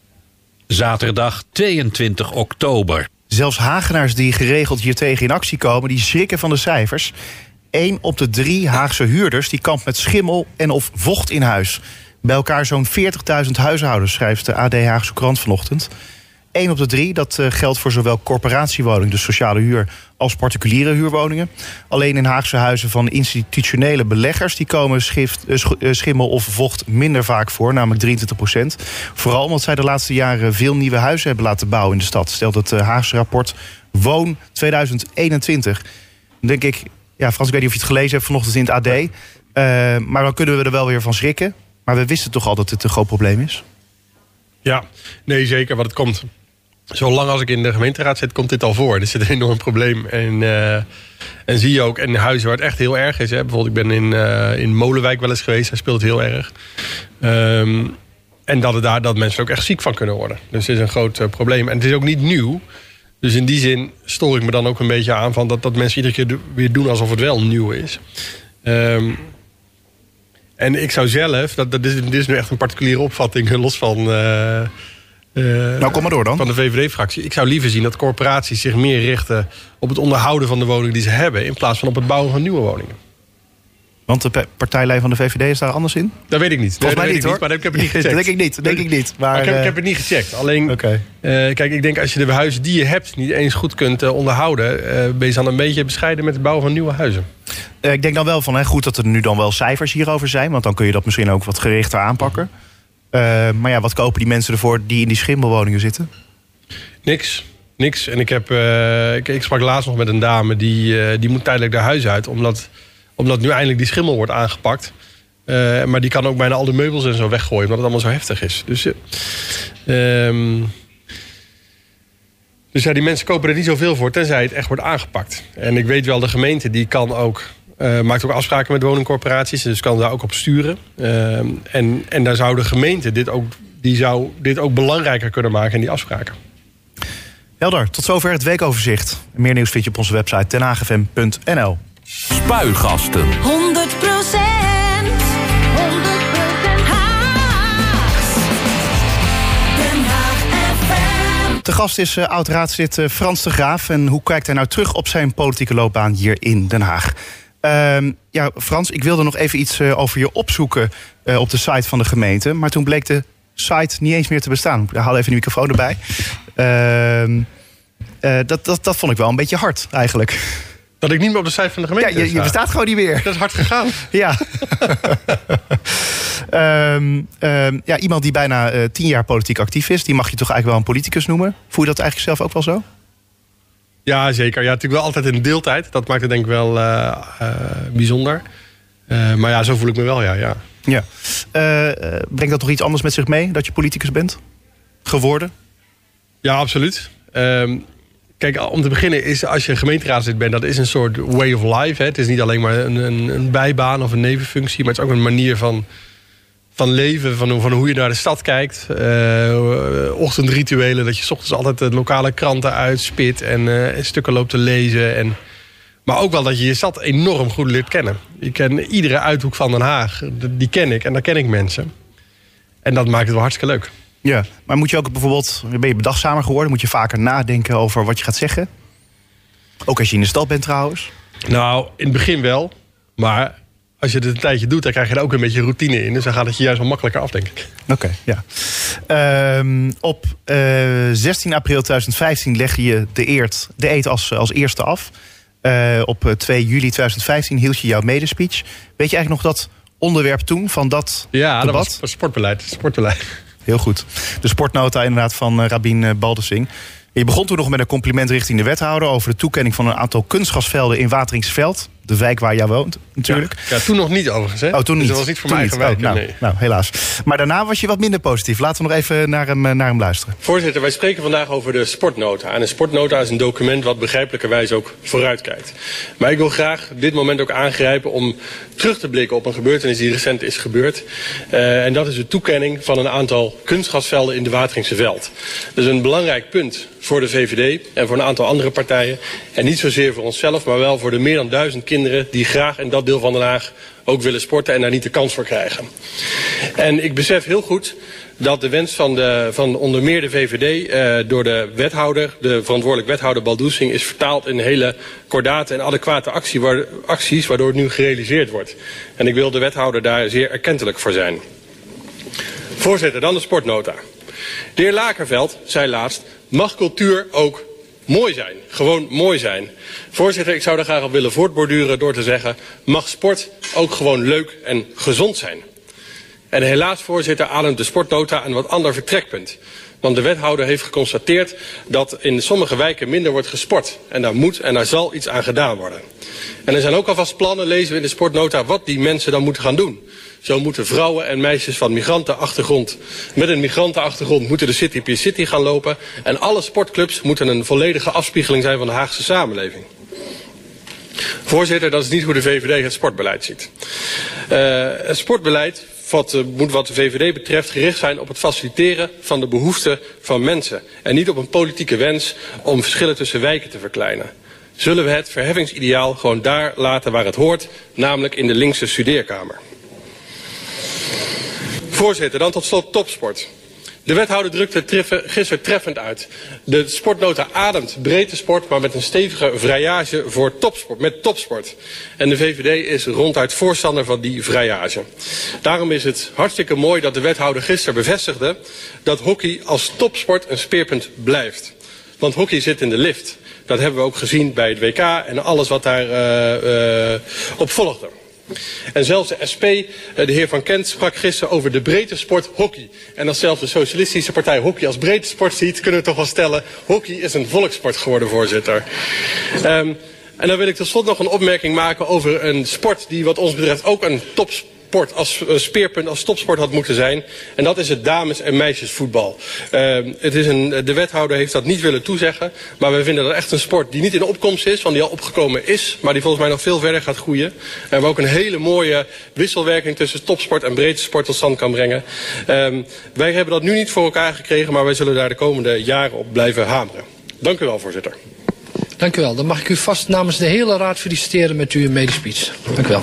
Zaterdag tweeëntwintig oktober. Zelfs Hagenaars die geregeld hiertegen in actie komen... die schrikken van de cijfers. Eén op de drie Haagse huurders die kampt met schimmel en of vocht in huis. Bij elkaar zo'n veertigduizend huishoudens, schrijft de A D Haagse Krant vanochtend. Eén op de drie, dat uh, geldt voor zowel corporatiewoningen, dus sociale huur... als particuliere huurwoningen. Alleen in Haagse huizen van institutionele beleggers... die komen schift, uh, sch, uh, schimmel of vocht minder vaak voor, namelijk drieëntwintig procent. Vooral omdat zij de laatste jaren veel nieuwe huizen hebben laten bouwen in de stad... stelt het uh, Haagse rapport Woon tweeduizend eenentwintig. Dan denk ik, ja, Frans, ik weet niet of je het gelezen hebt vanochtend in het A D... Uh, maar dan kunnen we er wel weer van schrikken. Maar we wisten toch al dat het een groot probleem is? Ja, nee, zeker. Want het komt... Zolang als ik in de gemeenteraad zit, komt dit al voor. Dus het is een enorm probleem. En, uh, en zie je ook in huizen waar het echt heel erg is. Hè. Bijvoorbeeld, ik ben in, uh, in Molenwijk wel eens geweest. Daar speelt het heel erg. Um, en dat, het daar, dat mensen er ook echt ziek van kunnen worden. Dus het is een groot uh, probleem. En het is ook niet nieuw. Dus in die zin stoor ik me dan ook een beetje aan... van dat, dat mensen iedere keer weer doen alsof het wel nieuw is. Um, en ik zou zelf... Dat, dat is, dit is nu echt een particuliere opvatting, los van... Uh, Uh, nou, kom maar door dan. Van de V V D-fractie. Ik zou liever zien dat corporaties zich meer richten op het onderhouden van de woningen die ze hebben... in plaats van op het bouwen van nieuwe woningen. Want de partijlijn van de V V D is daar anders in? Dat weet ik niet. Volgens nee, mij niet, hoor. Niet, maar ik heb het niet gecheckt. Dat denk ik niet. Denk ik niet. Maar, maar ik, heb, uh... ik heb het niet gecheckt. Alleen, okay. uh, kijk, ik denk als je de huizen die je hebt... niet eens goed kunt uh, onderhouden... Uh, ben je dan een beetje bescheiden met het bouwen van nieuwe huizen. Uh, ik denk dan wel van, hè, goed dat er nu dan wel cijfers hierover zijn... want dan kun je dat misschien ook wat gerichter aanpakken. Uh, maar ja, wat kopen die mensen ervoor die in die schimmelwoningen zitten? Niks. Niks. En ik, heb, uh, ik, ik sprak laatst nog met een dame... die, uh, die moet tijdelijk haar huis uit... omdat, omdat nu eindelijk die schimmel wordt aangepakt. Uh, maar die kan ook bijna al de meubels en zo weggooien... omdat het allemaal zo heftig is. Dus, uh, um, dus ja, die mensen kopen er niet zoveel voor... tenzij het echt wordt aangepakt. En ik weet wel, de gemeente die kan ook... Uh, maakt ook afspraken met woningcorporaties. Dus kan daar ook op sturen. Uh, en, en daar zou de gemeente dit ook, die zou dit ook belangrijker kunnen maken in die afspraken. Helder, tot zover het weekoverzicht. Meer nieuws vind je op onze website den haag f m punt n l. Spuigasten. honderd procent. honderd procent Haags. Den Haag F M. De gast is uh, oud-raadslid uh, Frans de Graaf. En hoe kijkt hij nou terug op zijn politieke loopbaan hier in Den Haag? Uh, ja, Frans, ik wilde nog even iets uh, over je opzoeken uh, op de site van de gemeente. Maar toen bleek de site niet eens meer te bestaan. Ik haal even de microfoon erbij. Uh, Uh, dat, dat, dat vond ik wel een beetje hard, eigenlijk. Dat ik niet meer op de site van de gemeente Ja, je, je bestaat gewoon niet meer. Dat is hard gegaan. Ja. um, um, ja, iemand die bijna uh, tien jaar politiek actief is, die mag je toch eigenlijk wel een politicus noemen? Voel je dat eigenlijk zelf ook wel zo? Ja, zeker. Ja, natuurlijk wel altijd in deeltijd. Dat maakt het denk ik wel uh, uh, bijzonder. Uh, maar ja, zo voel ik me wel, ja. ja. ja. Uh, brengt dat toch iets anders met zich mee, dat je politicus bent geworden? Ja, absoluut. Um, kijk, om te beginnen is als je gemeenteraadslid bent, dat is een soort way of life. Hè. Het is niet alleen maar een, een, een bijbaan of een nevenfunctie, maar het is ook een manier van, van leven, van, van hoe je naar de stad kijkt. Uh, ochtendrituelen, dat je 's ochtends altijd de lokale kranten uitspit en uh, stukken loopt te lezen. En, maar ook wel dat je je stad enorm goed leert kennen. Ik ken iedere uithoek van Den Haag, die ken ik en daar ken ik mensen. En dat maakt het wel hartstikke leuk. Ja, maar moet je ook bijvoorbeeld, ben je bedachtzamer geworden? Moet je vaker nadenken over wat je gaat zeggen? Ook als je in de stad bent trouwens. Nou, in het begin wel. Maar als je het een tijdje doet, dan krijg je er ook een beetje routine in. Dus dan gaat het je juist wel makkelijker af, denk ik. Oké, okay, ja. Um, op uh, zestien april tweeduizend vijftien leg je de, eerd, de eed als, als eerste af. Uh, op twee juli tweeduizend vijftien hield je jouw medespeech. Weet je eigenlijk nog dat onderwerp toen van dat ja, debat? Dat was sportbeleid. sportbeleid. Heel goed. De sportnota inderdaad van uh, Rabien uh, Baldessing. Je begon toen nog met een compliment richting de wethouder over de toekenning van een aantal kunstgrasvelden in Wateringsveld. De wijk waar jij woont, natuurlijk. Ja, ja, toen nog niet overigens. Hè? Oh, toen dus niet. dat was niet voor toen mijn niet. eigen wijk. Oh, nou, nee. nou, helaas. Maar daarna was je wat minder positief. Laten we nog even naar hem, naar hem luisteren. Voorzitter, wij spreken vandaag over de sportnota. En een sportnota is een document wat begrijpelijkerwijs ook vooruitkijkt. Maar ik wil graag dit moment ook aangrijpen om terug te blikken op een gebeurtenis die recent is gebeurd. Uh, en dat is de toekenning van een aantal kunstgrasvelden in de Wateringse Veld. Dat is een belangrijk punt voor de V V D en voor een aantal andere partijen. En niet zozeer voor onszelf, maar wel voor de meer dan duizend kinderen die graag in dat deel van Den Haag ook willen sporten en daar niet de kans voor krijgen. En ik besef heel goed dat de wens van, de, van onder meer de V V D uh, door de wethouder, de verantwoordelijk wethouder Baldessing, is vertaald in hele kordate en adequate actie, waar, acties waardoor het nu gerealiseerd wordt. En ik wil de wethouder daar zeer erkentelijk voor zijn. Voorzitter, dan de sportnota. De heer Lakerveld zei laatst, mag cultuur ook mooi zijn, gewoon mooi zijn. Voorzitter, ik zou daar graag op willen voortborduren door te zeggen, mag sport ook gewoon leuk en gezond zijn? En helaas, voorzitter, ademt de sportnota een wat ander vertrekpunt. Want de wethouder heeft geconstateerd dat in sommige wijken minder wordt gesport. En daar moet en daar zal iets aan gedaan worden. En er zijn ook alvast plannen, lezen we in de sportnota, wat die mensen dan moeten gaan doen. Zo moeten vrouwen en meisjes van migrantenachtergrond, met een migrantenachtergrond, moeten de City Pier City gaan lopen. En alle sportclubs moeten een volledige afspiegeling zijn van de Haagse samenleving. Voorzitter, dat is niet hoe de V V D het sportbeleid ziet. Uh, het sportbeleid Wat, uh, moet wat de V V D betreft gericht zijn op het faciliteren van de behoeften van mensen. En niet op een politieke wens om verschillen tussen wijken te verkleinen. Zullen we het verheffingsideaal gewoon daar laten waar het hoort, namelijk in de linkse studeerkamer. Voorzitter, dan tot slot topsport. De wethouder drukte het gisteren treffend uit. De sportnota ademt breedte sport, maar met een stevige vrijage voor topsport, met topsport. En de V V D is ronduit voorstander van die vrijage. Daarom is het hartstikke mooi dat de wethouder gisteren bevestigde dat hockey als topsport een speerpunt blijft. Want hockey zit in de lift. Dat hebben we ook gezien bij het W K en alles wat daar uh, uh, op volgde. En zelfs de S P, de heer Van Kent, sprak gisteren over de breedte sport hockey. En als zelfs de Socialistische Partij hockey als breedte sport ziet, kunnen we toch wel stellen, hockey is een volkssport geworden, voorzitter. Um, en dan wil ik tot slot nog een opmerking maken over een sport die wat ons betreft ook een topsport sport als uh, speerpunt, als topsport had moeten zijn. En dat is het dames- en meisjesvoetbal. Uh, het is een, de wethouder heeft dat niet willen toezeggen. Maar we vinden dat echt een sport die niet in opkomst is, want die al opgekomen is. Maar die volgens mij nog veel verder gaat groeien. En waar ook een hele mooie wisselwerking tussen topsport en breedte sport tot stand kan brengen. Uh, wij hebben dat nu niet voor elkaar gekregen, maar wij zullen daar de komende jaren op blijven hameren. Dank u wel, voorzitter. Dank u wel. Dan mag ik u vast namens de hele raad feliciteren met uw medespeech. Dank u wel.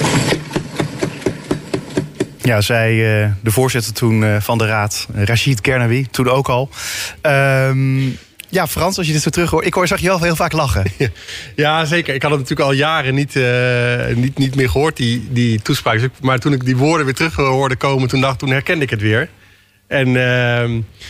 Ja, zei uh, de voorzitter toen uh, van de raad, Rachid Kernawi, toen ook al. Um, ja, Frans, als je dit zo terug hoort. Ik hoor, zag je wel heel vaak lachen. Ja, zeker. Ik had het natuurlijk al jaren niet, uh, niet, niet meer gehoord, die, die toespraak. Maar toen ik die woorden weer terug hoorde komen, toen, dacht, toen herkende ik het weer. En uh,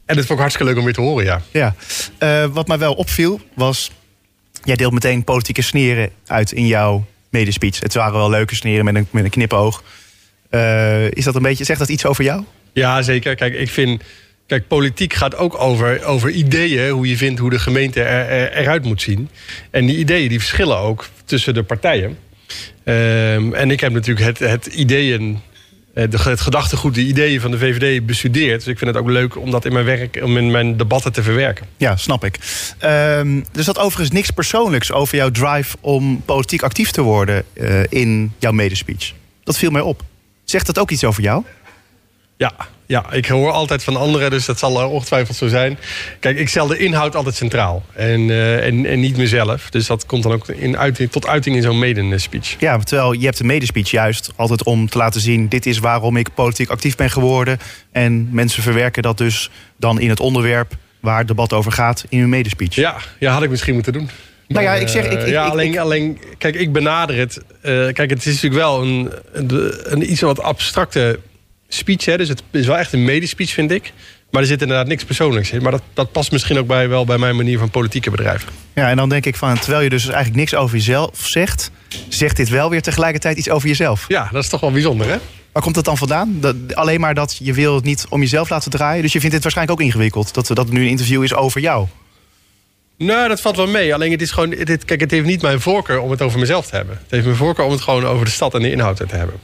En dat vond ik hartstikke leuk om weer te horen, ja. Ja. Uh, wat mij wel opviel was... Jij deelt meteen politieke sneren uit in jouw medespeech. Het waren wel leuke sneren met een, met een knipoog. Uh, is dat een beetje, zegt dat iets over jou? Ja, zeker. Kijk, ik vind... Kijk, politiek gaat ook over, over ideeën, hoe je vindt hoe de gemeente er, er, eruit moet zien. En die ideeën die verschillen ook tussen de partijen. Um, en ik heb natuurlijk het, het ideeën, het gedachtegoed, de ideeën van de V V D bestudeerd. Dus ik vind het ook leuk om dat in mijn werk, om in mijn debatten te verwerken. Ja, snap ik. Um, er zat overigens niks persoonlijks over jouw drive om politiek actief te worden uh, in jouw medespeech. Dat viel mij op. Zegt dat ook iets over jou? Ja, ja, ik hoor altijd van anderen, dus dat zal ongetwijfeld zo zijn. Kijk, ik stel de inhoud altijd centraal en, uh, en, en niet mezelf. Dus dat komt dan ook in uiting, tot uiting in zo'n medespeech. Ja, terwijl je hebt de medespeech juist altijd om te laten zien... dit is waarom ik politiek actief ben geworden. En mensen verwerken dat dus dan in het onderwerp waar het debat over gaat in hun medespeech. Ja, ja, had ik misschien moeten doen. Nou ja, ik zeg... Ik, ik, ja, ik, alleen, ik, alleen, kijk, ik benader het. Uh, kijk, het is natuurlijk wel een, een, een iets wat abstracte... speech, hè? Dus het is wel echt een medespeech, vind ik. Maar er zit inderdaad niks persoonlijks in. Maar dat, dat past misschien ook bij, wel bij mijn manier van politieke bedrijven. Ja, en dan denk ik van, terwijl je dus eigenlijk niks over jezelf zegt... zegt dit wel weer tegelijkertijd iets over jezelf. Ja, dat is toch wel bijzonder, hè? Waar komt dat dan vandaan? Dat, alleen maar dat je wil het niet om jezelf laten draaien. Dus je vindt dit waarschijnlijk ook ingewikkeld. Dat, dat het nu een interview is over jou. Nou, dat valt wel mee. Alleen het is gewoon... Het, kijk, het heeft niet mijn voorkeur om het over mezelf te hebben. Het heeft mijn voorkeur om het gewoon over de stad en de inhoud te hebben.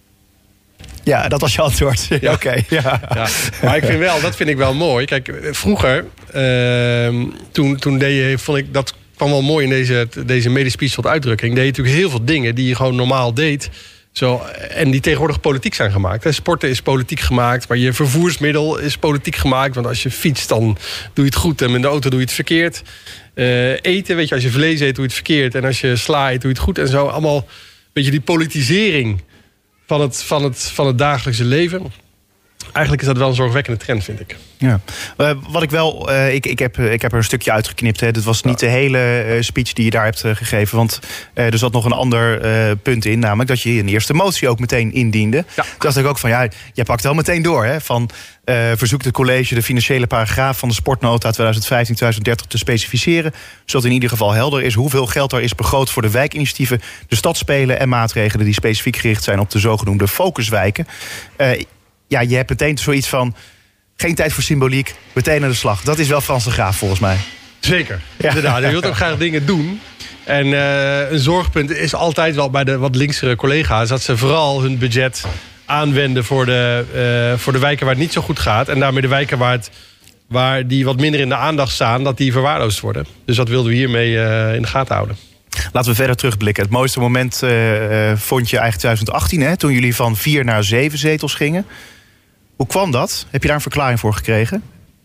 Ja, dat was je antwoord. Ja. Oké. Okay, ja. Ja, maar ik vind wel, dat vind ik wel mooi. Kijk, vroeger, uh, toen, toen deed je, vond ik, dat kwam wel mooi in deze, deze medespeech tot uitdrukking. Deed je natuurlijk heel veel dingen die je gewoon normaal deed. Zo, en die tegenwoordig politiek zijn gemaakt. Hè. Sporten is politiek gemaakt, maar je vervoersmiddel is politiek gemaakt. Want als je fietst, dan doe je het goed en met de auto doe je het verkeerd. Uh, eten, weet je, als je vlees eet, doe je het verkeerd. En als je sla eet, doe je het goed. En zo allemaal, weet je, die politisering van het, van het, van het dagelijkse leven. Eigenlijk is dat wel een zorgwekkende trend, vind ik. Ja. Uh, wat ik wel, uh, ik, ik, heb, ik heb er een stukje uitgeknipt. Hè. Dit was niet de hele uh, speech die je daar hebt uh, gegeven. Want uh, er zat nog een ander uh, punt in. Namelijk dat je een eerste motie ook meteen indiende. Ja. Toen dacht ik ook van, ja, jij pakt wel meteen door. Hè, van uh, verzoekt het college de financiële paragraaf van de sportnota twintig vijftien twintig dertig te specificeren. Zodat in ieder geval helder is hoeveel geld er is begroot voor de wijkinitiatieven, de stadsspelen en maatregelen die specifiek gericht zijn op de zogenoemde focuswijken. Uh, Ja, je hebt meteen zoiets van, geen tijd voor symboliek, meteen aan de slag. Dat is wel Frans de Graaf, volgens mij. Zeker, ja. Inderdaad. Je wilt ook graag dingen doen. En uh, een zorgpunt is altijd wel bij de wat linksere collega's, dat ze vooral hun budget aanwenden voor de, uh, voor de wijken waar het niet zo goed gaat. En daarmee de wijken waar, het, waar die wat minder in de aandacht staan, dat die verwaarloosd worden. Dus dat wilden we hiermee uh, in de gaten houden. Laten we verder terugblikken. Het mooiste moment uh, vond je eigenlijk twintig achttien, hè, toen jullie van vier naar zeven zetels gingen. Hoe kwam dat? Heb je daar een verklaring voor gekregen?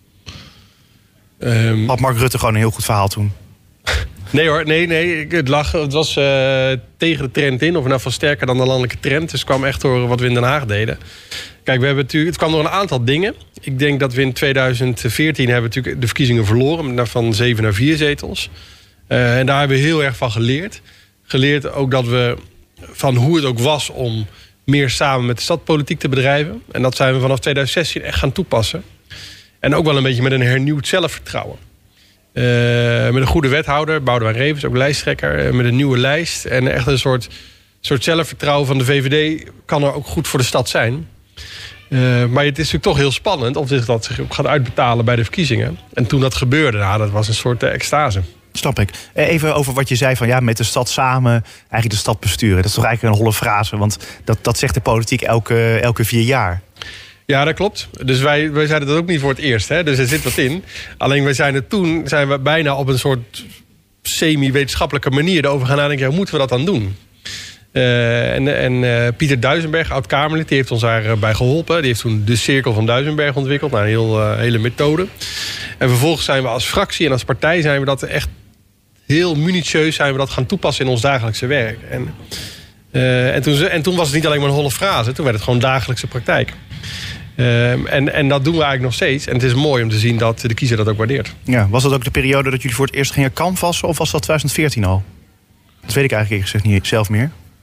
Um, Had Mark Rutte gewoon een heel goed verhaal toen? Nee hoor, nee, nee. Het, lag, het was uh, tegen de trend in. Of in ieder geval sterker dan de landelijke trend. Dus het kwam echt door wat we in Den Haag deden. Kijk, we hebben natuurlijk, het kwam door een aantal dingen. Ik denk dat we in twintig veertien hebben we natuurlijk de verkiezingen verloren. Van zeven naar vier zetels. Uh, en daar hebben we heel erg van geleerd. Geleerd ook dat we van hoe het ook was om meer samen met de stad politiek te bedrijven. En dat zijn we vanaf twintig zestien echt gaan toepassen. En ook wel een beetje met een hernieuwd zelfvertrouwen. Uh, met een goede wethouder, Boudewijn Revens, ook lijsttrekker. Uh, met een nieuwe lijst. En echt een soort, soort zelfvertrouwen van de V V D kan er ook goed voor de stad zijn. Uh, maar het is natuurlijk toch heel spannend of zich dat zich gaat uitbetalen bij de verkiezingen. En toen dat gebeurde, nou, dat was een soort uh, extase. Snap ik. Even over wat je zei van ja, met de stad samen eigenlijk de stad besturen. Dat is toch eigenlijk een holle frase, want dat, dat zegt de politiek elke, elke vier jaar. Ja, dat klopt. Dus wij, wij zeiden dat ook niet voor het eerst. Hè? Dus er zit wat in. Alleen wij zijn er toen zijn we bijna op een soort semi-wetenschappelijke manier erover gaan nadenken. Hoe moeten we dat dan doen? Uh, en en uh, Pieter Duisenberg, oud-Kamerlid, die heeft ons daarbij geholpen. Die heeft toen de Cirkel van Duisenberg ontwikkeld. Nou, een heel, uh, hele methode. En vervolgens zijn we als fractie en als partij zijn we dat echt heel minutieus zijn we dat gaan toepassen in ons dagelijkse werk. En, uh, en, toen, en toen was het niet alleen maar een holle frase. Toen werd het gewoon dagelijkse praktijk. Uh, en, en dat doen we eigenlijk nog steeds. En het is mooi om te zien dat de kiezer dat ook waardeert. Ja, was dat ook de periode dat jullie voor het eerst gingen canvassen? Of was dat twintig veertien al? Dat weet ik eigenlijk gezegd niet zelf meer.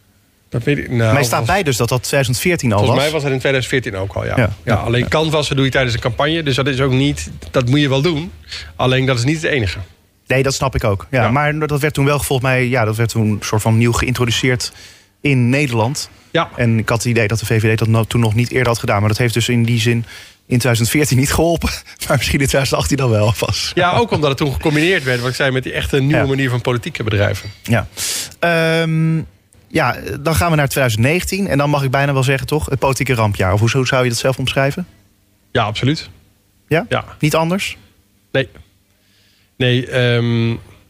Dat weet ik, nou, maar je staat was, bij dus dat dat twintig veertien al was. Volgens mij was dat in twintig veertien ook al, ja. Ja. ja alleen Ja. canvassen doe je tijdens een campagne. Dus dat is ook niet... Dat moet je wel doen. Alleen dat is niet het enige. Nee, dat snap ik ook. Ja, Ja. Maar dat werd toen wel volgens mij... Ja, dat werd toen soort van nieuw geïntroduceerd in Nederland. Ja. En ik had het idee dat de V V D dat no- toen nog niet eerder had gedaan. Maar dat heeft dus in die zin in twintig veertien niet geholpen. Maar misschien in twintig achttien dan wel vast. Ja, ook omdat het toen gecombineerd werd, wat ik zei, met die echte nieuwe Ja. manier van politieke bedrijven. Ja. Ehm, ja, dan gaan we naar twintig negentien. En dan mag ik bijna wel zeggen, toch? Het politieke rampjaar. Of hoe hoe zou je dat zelf omschrijven? Ja, absoluut. Ja? Ja. Niet anders? Nee. Nee, ehm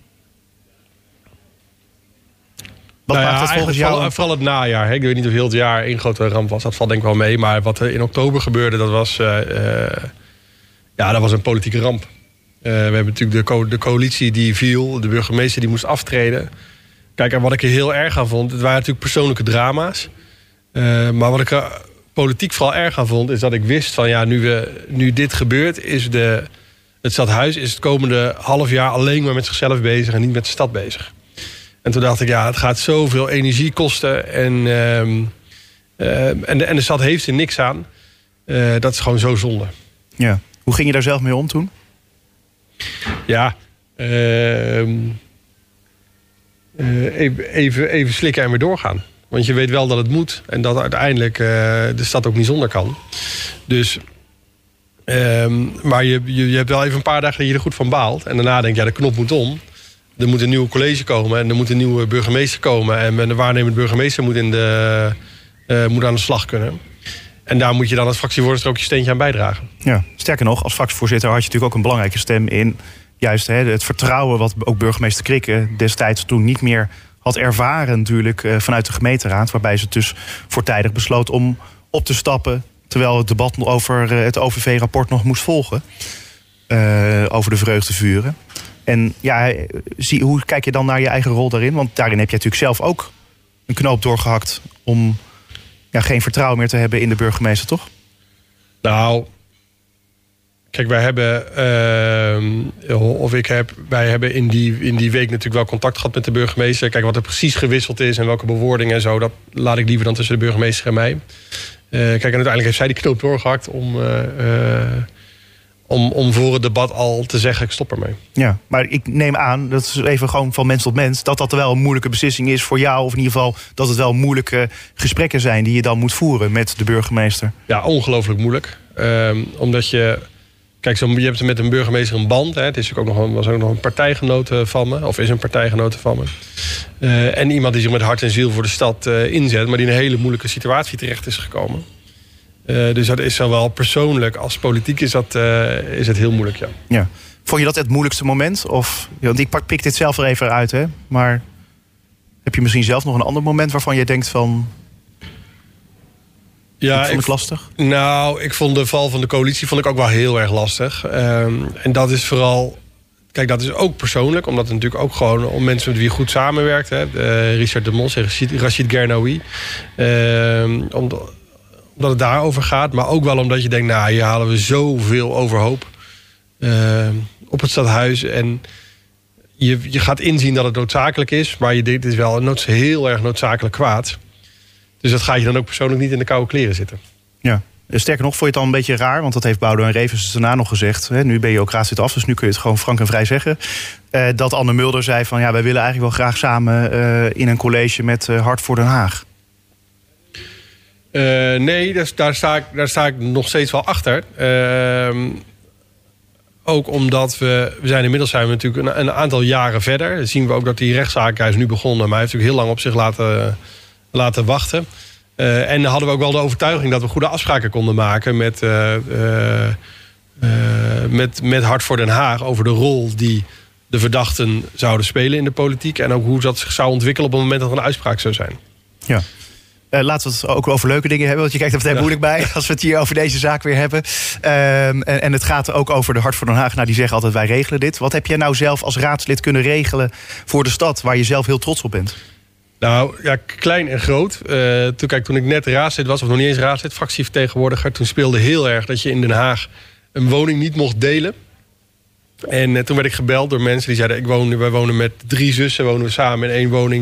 Wat nou ja, maakt het volgens eigenlijk jou... Vooral, vooral het najaar. Hè. Ik weet niet of heel het jaar één grote ramp was. Dat valt denk ik wel mee. Maar wat er in oktober gebeurde, dat was, uh, uh, ja, dat was een politieke ramp. Uh, we hebben natuurlijk de, co- de coalitie die viel. De burgemeester die moest aftreden. Kijk, en wat ik er heel erg aan vond... Het waren natuurlijk persoonlijke drama's. Uh, maar wat ik er politiek vooral erg aan vond... is dat ik wist van ja, nu, we, nu dit gebeurt... is de, het stadhuis is het komende half jaar alleen maar met zichzelf bezig... en niet met de stad bezig. En toen dacht ik, ja, het gaat zoveel energie kosten. En, uh, uh, en, de, en de stad heeft er niks aan. Uh, dat is gewoon zo zonde. Ja. Hoe ging je daar zelf mee om toen? Ja, uh, uh, even, even, even slikken en weer doorgaan. Want je weet wel dat het moet. En dat uiteindelijk uh, de stad ook niet zonder kan. Dus, uh, maar je, je, je hebt wel even een paar dagen dat je er goed van baalt. En daarna denk je, ja, de knop moet om. Er moet een nieuw college komen en er moet een nieuwe burgemeester komen. En de waarnemend burgemeester moet, in de, uh, moet aan de slag kunnen. En daar moet je dan als fractievoorzitter ook je steentje aan bijdragen. Ja. Sterker nog, als fractievoorzitter had je natuurlijk ook een belangrijke stem in... juist hè, het vertrouwen wat ook burgemeester Krikke destijds toen niet meer had ervaren... natuurlijk uh, vanuit de gemeenteraad. Waarbij ze dus voortijdig besloot om op te stappen... terwijl het debat over uh, het O V V-rapport nog moest volgen. Uh, over de vreugdevuren. En ja, zie, hoe kijk je dan naar je eigen rol daarin? Want daarin heb je natuurlijk zelf ook een knoop doorgehakt... om ja, geen vertrouwen meer te hebben in de burgemeester, toch? Nou, kijk, wij hebben... Uh, of ik heb... Wij hebben in die, in die week natuurlijk wel contact gehad met de burgemeester. Kijk, wat er precies gewisseld is en welke bewoordingen en zo... dat laat ik liever dan tussen de burgemeester en mij. Uh, kijk, en uiteindelijk heeft zij die knoop doorgehakt om... Uh, uh, Om, om voor het debat al te zeggen, ik stop ermee. Ja, maar ik neem aan, dat is even gewoon van mens tot mens... dat dat wel een moeilijke beslissing is voor jou... of in ieder geval dat het wel moeilijke gesprekken zijn... die je dan moet voeren met de burgemeester. Ja, ongelooflijk moeilijk. Um, omdat je... Kijk, zo, je hebt met een burgemeester een band. Hè. Het is ook nog een, was ook nog een partijgenoot van me. Of is een partijgenoot van me. Uh, en iemand die zich met hart en ziel voor de stad uh, inzet... maar die in een hele moeilijke situatie terecht is gekomen. Uh, dus dat is zowel persoonlijk als politiek is, dat, uh, is het heel moeilijk, ja. Ja. Vond je dat het moeilijkste moment? Of, ja, want ik pak, pik dit zelf er even uit, hè? Maar heb je misschien zelf nog een ander moment waarvan je denkt van... Ja, ik vond het ik, lastig? Nou, ik vond de val van de coalitie vond ik ook wel heel erg lastig. Um, en dat is vooral... Kijk, dat is ook persoonlijk, omdat het natuurlijk ook gewoon om mensen met wie je goed samenwerkt. Hè, uh, Richard de Mos en Rachid, Rachid Gernaoui. Um, omdat... Dat het daarover gaat, maar ook wel omdat je denkt... nou, hier halen we zoveel overhoop uh, op het stadhuis. En je, je gaat inzien dat het noodzakelijk is... maar je denkt, het is wel noods, heel erg noodzakelijk kwaad. Dus dat gaat je dan ook persoonlijk niet in de koude kleren zitten. Ja. Sterker nog, vond je het al een beetje raar... want dat heeft Boudewijn Revens daarna nog gezegd. Hè, nu ben je ook raadslid af, dus nu kun je het gewoon frank en vrij zeggen. Uh, dat Anne Mulder zei van... ja, wij willen eigenlijk wel graag samen uh, in een college met uh, Hart voor Den Haag. Uh, nee, daar, daar, sta ik, daar sta ik nog steeds wel achter. Uh, ook omdat we... We zijn inmiddels zijn we natuurlijk een, een aantal jaren verder. Dan zien we ook dat die rechtszaak is nu begonnen... maar hij heeft natuurlijk heel lang op zich laten, laten wachten. Uh, en hadden we ook wel de overtuiging... dat we goede afspraken konden maken... met, uh, uh, uh, met, met Hart voor Den Haag... over de rol die de verdachten zouden spelen in de politiek... en ook hoe dat zich zou ontwikkelen... op het moment dat er een uitspraak zou zijn. Ja. Uh, laten we het ook over leuke dingen hebben. Want je kijkt er meteen ja. moeilijk bij als we het hier over deze zaak weer hebben. Um, en, en het gaat ook over de Hart voor Den Haag. Nou, die zeggen altijd, wij regelen dit. Wat heb jij nou zelf als raadslid kunnen regelen voor de stad... waar je zelf heel trots op bent? Nou, ja, klein en groot. Uh, toen, kijk, toen ik net raadslid was, of nog niet eens raadslid... fractievertegenwoordiger, toen speelde heel erg... dat je in Den Haag een woning niet mocht delen. En uh, toen werd ik gebeld door mensen die zeiden... Ik woon, wij wonen met drie zussen, wonen we samen in één woning...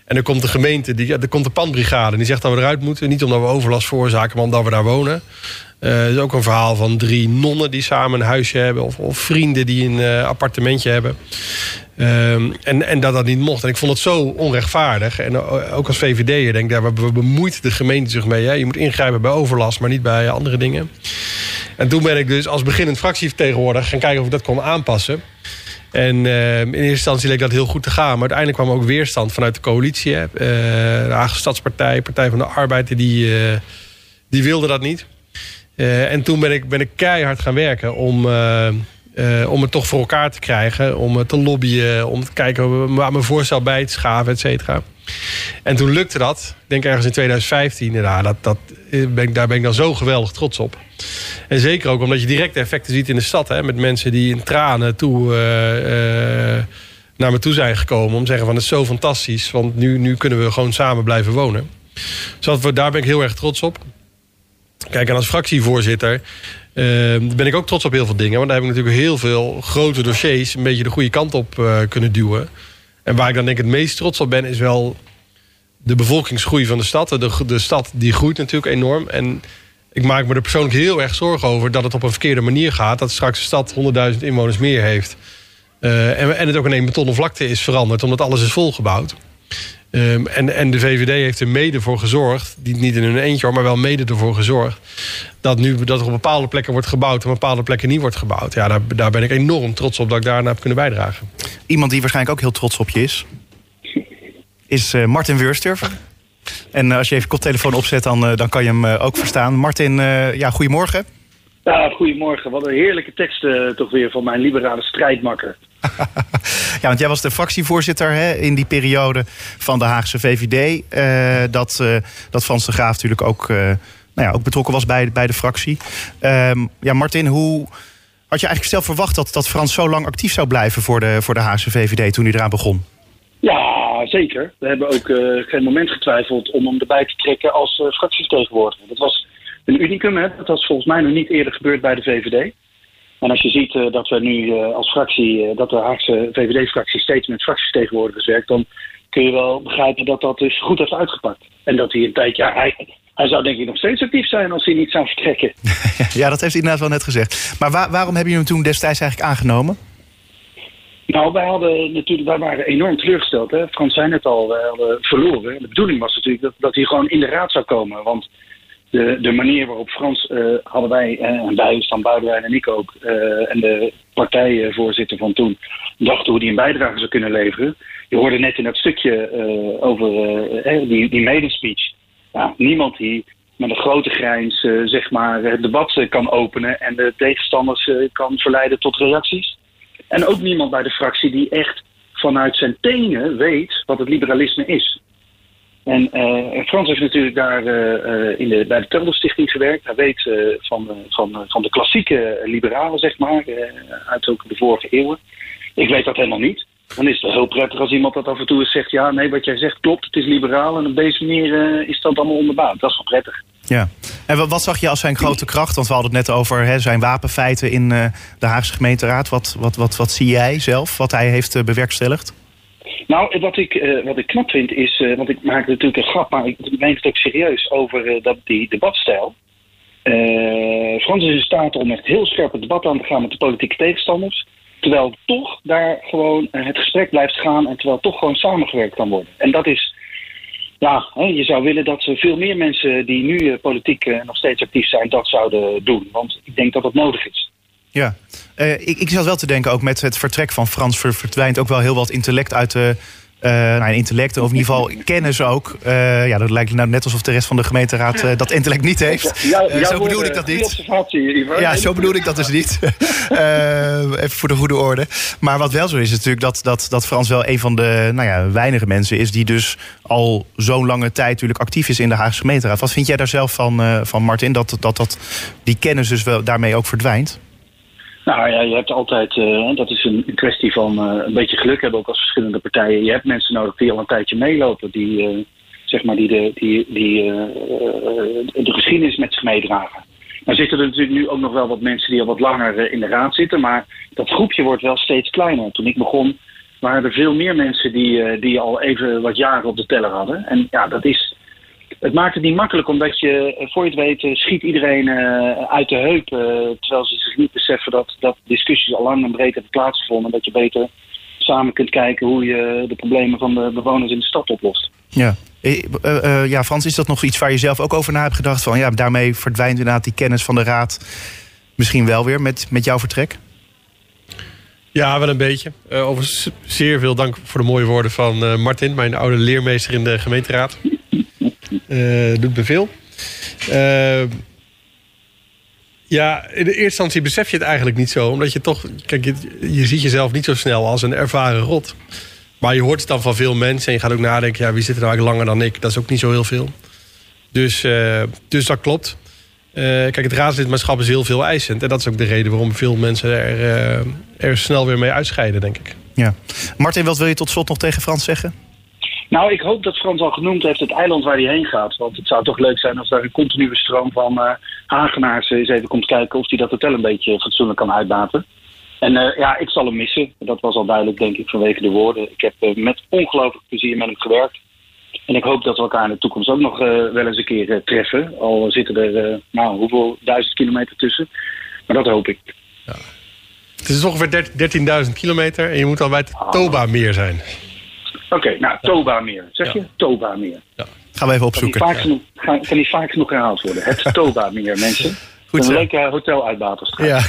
En dan komt de gemeente, die, er komt de pandbrigade... en die zegt dat we eruit moeten. Niet omdat we overlast veroorzaken, maar omdat we daar wonen. Uh, er is ook een verhaal van drie nonnen die samen een huisje hebben... of, of vrienden die een uh, appartementje hebben. Um, en, en dat dat niet mocht. En ik vond het zo onrechtvaardig. En ook als V V D'er denk ik, daar bemoeit de gemeente zich mee. Hè? Je moet ingrijpen bij overlast, maar niet bij andere dingen. En toen ben ik dus als beginnend fractievertegenwoordiger... gaan kijken of ik dat kon aanpassen. En uh, in eerste instantie leek dat heel goed te gaan. Maar uiteindelijk kwam ook weerstand vanuit de coalitie. Hè? Uh, de Haagse Stadspartij, Partij van de Arbeid, die, uh, die wilde dat niet. Uh, en toen ben ik, ben ik keihard gaan werken om, uh, uh, om het toch voor elkaar te krijgen. Om het te lobbyen, om te kijken waar mijn voorstel bij te schaven, et cetera. En toen lukte dat. Ik denk ergens in twintig vijftien. Nou, dat, dat ben ik, daar ben ik dan zo geweldig trots op. En zeker ook omdat je direct effecten ziet in de stad. Hè, met mensen die in tranen toe, uh, uh, naar me toe zijn gekomen. Om te zeggen van het is zo fantastisch. Want nu, nu kunnen we gewoon samen blijven wonen. Dus dat, daar ben ik heel erg trots op. Kijk, en als fractievoorzitter uh, ben ik ook trots op heel veel dingen. Want daar heb ik natuurlijk heel veel grote dossiers... een beetje de goede kant op uh, kunnen duwen. En waar ik dan denk ik het meest trots op ben... is wel de bevolkingsgroei van de stad. De, de stad die groeit natuurlijk enorm. En ik maak me er persoonlijk heel erg zorgen over... dat het op een verkeerde manier gaat. Dat straks de stad honderdduizend inwoners meer heeft. Uh, en, en het ook in een betonnen vlakte is veranderd... omdat alles is volgebouwd. Um, en, en de V V D heeft er mede voor gezorgd... niet in hun eentje, maar wel mede ervoor gezorgd... dat nu dat er op bepaalde plekken wordt gebouwd... en op bepaalde plekken niet wordt gebouwd. Ja, daar, daar ben ik enorm trots op dat ik daarna heb kunnen bijdragen. Iemand die waarschijnlijk ook heel trots op je is... is uh, Martin Wörsturfer. En uh, als je even koptelefoon opzet, dan, uh, dan kan je hem uh, ook verstaan. Martin, uh, ja, goedemorgen. Ja, goedemorgen. Wat een heerlijke tekst uh, toch weer van mijn liberale strijdmakker. Ja, want jij was de fractievoorzitter hè, in die periode van de Haagse V V D. Uh, dat, uh, dat Frans de Graaf natuurlijk ook, uh, nou ja, ook betrokken was bij, bij de fractie. Um, ja, Martin, hoe had je eigenlijk zelf verwacht dat, dat Frans zo lang actief zou blijven voor de, voor de Haagse V V D toen hij eraan begon? Ja, zeker. We hebben ook uh, geen moment getwijfeld om hem erbij te trekken als uh, fractievertegenwoordiger. Dat was een unicum, hè. Dat was volgens mij nog niet eerder gebeurd bij de V V D. En als je ziet uh, dat we nu uh, als fractie, uh, dat de Haagse V V D-fractie steeds met fractievertegenwoordigers werkt, dan kun je wel begrijpen dat dat dus goed heeft uitgepakt. En dat hij een tijdje, ja, hij, hij zou denk ik nog steeds actief zijn als hij niet zou vertrekken. Ja, dat heeft hij inderdaad wel net gezegd. Maar waar, waarom hebben jullie hem toen destijds eigenlijk aangenomen? Nou, wij hadden natuurlijk, wij waren enorm teleurgesteld. Hè? Frans zei het al, wij hadden verloren. De bedoeling was natuurlijk dat, dat hij gewoon in de raad zou komen. Want de, de manier waarop Frans uh, hadden wij, uh, en wij, Stan Boudewijn en ik ook, uh, en de partijvoorzitter van toen, dachten hoe hij een bijdrage zou kunnen leveren. Je hoorde net in dat stukje uh, over uh, die, die medespeech. Ja, niemand die met een grote grijns uh, zeg maar het debat uh, kan openen en de tegenstanders uh, kan verleiden tot reacties. En ook niemand bij de fractie die echt vanuit zijn tenen weet wat het liberalisme is. En uh, Frans heeft natuurlijk daar uh, in de, bij de Telderstichting gewerkt. Hij weet uh, van, uh, van, uh, van de klassieke liberalen, zeg maar, uh, uit ook de vorige eeuwen. Ik weet dat helemaal niet. Dan is het wel heel prettig als iemand dat af en toe eens zegt... ja, nee, wat jij zegt klopt, het is liberaal... en op deze manier uh, is dat allemaal onderbouwd. Dat is wel prettig. Ja. En wat zag je als zijn grote kracht? Want we hadden het net over hè, zijn wapenfeiten in uh, de Haagse gemeenteraad. Wat, wat, wat, wat zie jij zelf, wat hij heeft uh, bewerkstelligd? Nou, wat ik, uh, wat ik knap vind is... Uh, want ik maak natuurlijk een grap, maar ik meen het ook serieus... over uh, dat, die debatstijl. Uh, Frans is in staat om echt heel scherp het debat aan te gaan... met de politieke tegenstanders... terwijl toch daar gewoon het gesprek blijft gaan... en terwijl toch gewoon samengewerkt kan worden. En dat is... Ja, hè, je zou willen dat veel meer mensen die nu uh, politiek uh, nog steeds actief zijn... dat zouden doen. Want ik denk dat dat nodig is. Ja, uh, ik, ik zat wel te denken, ook met het vertrek van Frans... verdwijnt ook wel heel wat intellect uit de... Uh, nou, intellect, of in ieder geval kennis ook. Uh, ja, dat lijkt nou net alsof de rest van de gemeenteraad uh, dat intellect niet heeft. Ja, ja, uh, zo bedoel ik dat niet. Observatie, ja, zo bedoel ik dat dus niet. uh, even voor de goede orde. Maar wat wel zo is, is natuurlijk dat, dat, dat Frans wel een van de nou ja, weinige mensen is... die dus al zo'n lange tijd natuurlijk actief is in de Haagse gemeenteraad. Wat vind jij daar zelf van, uh, van Martin, dat, dat, dat die kennis dus wel daarmee ook verdwijnt? Nou ja, je hebt altijd, uh, dat is een, een kwestie van uh, een beetje geluk hebben ook als verschillende partijen. Je hebt mensen nodig die al een tijdje meelopen, die, uh, zeg maar die, de, die, die uh, uh, de geschiedenis met zich meedragen. Nou zitten er natuurlijk nu ook nog wel wat mensen die al wat langer uh, in de raad zitten, maar dat groepje wordt wel steeds kleiner. Toen ik begon waren er veel meer mensen die, uh, die al even wat jaren op de teller hadden. En ja, dat is... Het maakt het niet makkelijk, omdat je, voor je het weet, uh, schiet iedereen uh, uit de heup. Uh, terwijl ze zich niet beseffen dat, dat discussies al lang en breed hebben plaatsgevonden. Dat je beter samen kunt kijken hoe je de problemen van de bewoners in de stad oplost. Ja. Uh, uh, ja, Frans, is dat nog iets waar je zelf ook over na hebt gedacht? Van, ja, daarmee verdwijnt inderdaad die kennis van de raad misschien wel weer met, met jouw vertrek? Ja, wel een beetje. Uh, overigens zeer veel dank voor de mooie woorden van uh, Martin, mijn oude leermeester in de gemeenteraad. Uh, doet me veel. Uh, ja, in de eerste instantie besef je het eigenlijk niet zo. Omdat je toch... Kijk, je, je ziet jezelf niet zo snel als een ervaren rot. Maar je hoort het dan van veel mensen. En je gaat ook nadenken, ja, wie zit er nou eigenlijk langer dan ik? Dat is ook niet zo heel veel. Dus, uh, dus dat klopt. Uh, kijk, het raadslidmaatschap is heel veel eisend. En dat is ook de reden waarom veel mensen er, uh, er snel weer mee uitscheiden, denk ik. Ja. Martin, wat wil je tot slot nog tegen Frans zeggen? Nou, ik hoop dat Frans al genoemd heeft het eiland waar hij heen gaat. Want het zou toch leuk zijn als daar een continue stroom van uh, Hagenaars eens even komt kijken of hij dat hotel een beetje fatsoenlijk kan uitbaten. En uh, ja, ik zal hem missen. Dat was al duidelijk, denk ik, vanwege de woorden. Ik heb uh, met ongelooflijk plezier met hem gewerkt. En ik hoop dat we elkaar in de toekomst ook nog uh, wel eens een keer uh, treffen. Al zitten er, uh, nou, hoeveel duizend kilometer tussen. Maar dat hoop ik. Ja. Het is ongeveer dertienduizend kilometer en je moet dan bij het ah. Toba-meer zijn. Oké, okay, nou, Toba-meer. Zeg je? Ja. Toba-meer. Ja. Gaan we even opzoeken. Kan die vaak genoeg, ja. kan die vaak genoeg herhaald worden? Het Toba-meer, mensen. Goed zo. Een leuke hoteluitbaterstraat. Ja.